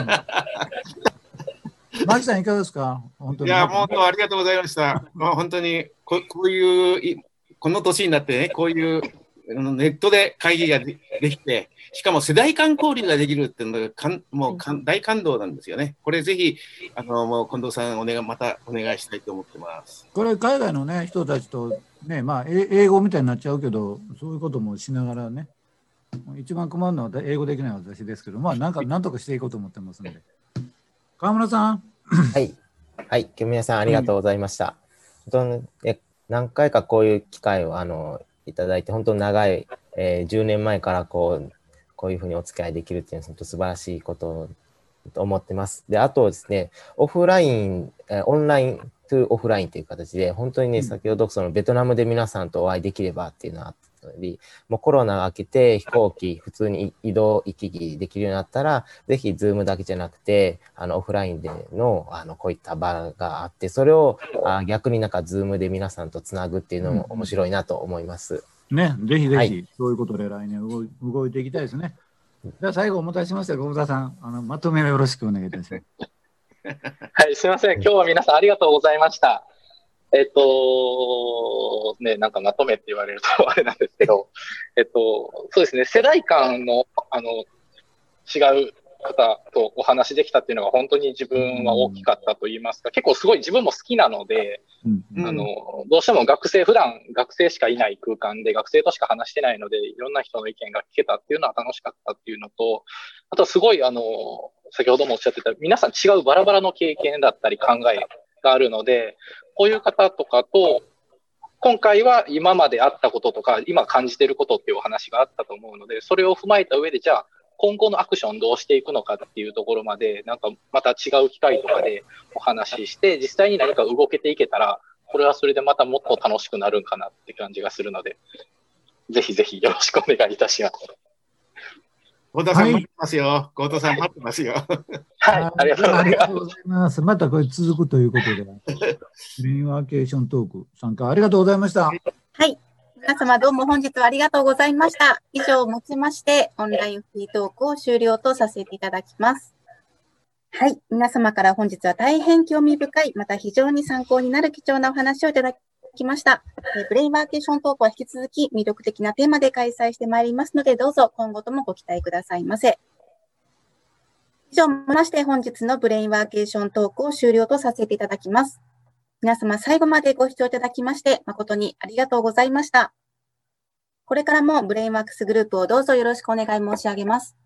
マキさん、いかがですか？本当に。 いや、本当ありがとうございました。まあ、本当にこ、こういう、この年になってね、こういうネットで会議ができて、しかも世代間交流ができるっていうのがかん、もうかん大感動なんですよね。これぜひ、あの、もう近藤さん、お願い、またお願いしたいと思ってます。 これ、海外のね、人たちと、ね、まあ、英語みたいになっちゃうけど、そういうこともしながらね、一番困るのは英語できない私ですけど、まあ、なんか、なんとかしていこうと思ってますので。川村さん。 はい。はい。清宮さん、ありがとうございました。本当にえ何回かこういう機会をあのいただいて、本当に長い、えー、じゅうねんまえからこう、こういうふうにお付き合いできるっていうのは、本当素晴らしいことと思ってます。で、あとですね、オフライン、えー、オンライントゥオフラインという形で、本当にね、先ほどそのベトナムで皆さんとお会いできればっていうのはあったり、もうコロナが明けて飛行機、普通に移動、行き来できるようになったら、ぜひズームだけじゃなくて、あの、オフラインでの、あの、こういった場があって、それをあ逆になんかズームで皆さんとつなぐっていうのも面白いなと思います。 うん、ね、ぜひぜひ、はい、そういうことで来年動い、動いていきたいですね。では最後お待たせしました。郷田さん、あのまとめをよろしくお願いいたします。 はい、すみません。今日は皆さんありがとうございました。えっと、ね、なんかまとめって言われるとあれなんですけど、えっと、そうですね、世代間の、あの、違う方とお話できたっていうのが本当に自分は大きかったと言いますか、結構すごい自分も好きなので、うん、あの、どうしても学生、普段学生しかいない空間で学生としか話してないので、いろんな人の意見が聞けたっていうのは楽しかったっていうのと、あとすごいあの、先ほどもおっしゃってた、皆さん違うバラバラの経験だったり考えがあるので、こういう方とかと、今回は今まであったこととか、今感じていることっていうお話があったと思うので、それを踏まえた上で、じゃあ、今後のアクションどうしていくのかっていうところまで、なんかまた違う機会とかでお話しして、実際に何か動けていけたら、これはそれでまたもっと楽しくなるんかなって感じがするので、ぜひぜひよろしくお願いいたします。 郷田さん待ってますよ。郷田さん待ってますよ。 はい、ありがとうございます。 ますまたこれ続くということで、ブレインワーケーショントーク参加ありがとうございました。 はい。皆様どうも本日はありがとうございました。以上をもちまして、オンラインフリートークを終了とさせていただきます。はい。皆様から本日は大変興味深い、また非常に参考になる貴重なお話をいただきました。ブレインワーケーショントークは引き続き魅力的なテーマで開催してまいりますので、どうぞ今後ともご期待くださいませ。以上をもちまして本日のブレインワーケーショントークを終了とさせていただきます。皆様最後までご視聴いただきまして誠にありがとうございました。これからもブレインワークスグループをどうぞよろしくお願い申し上げます。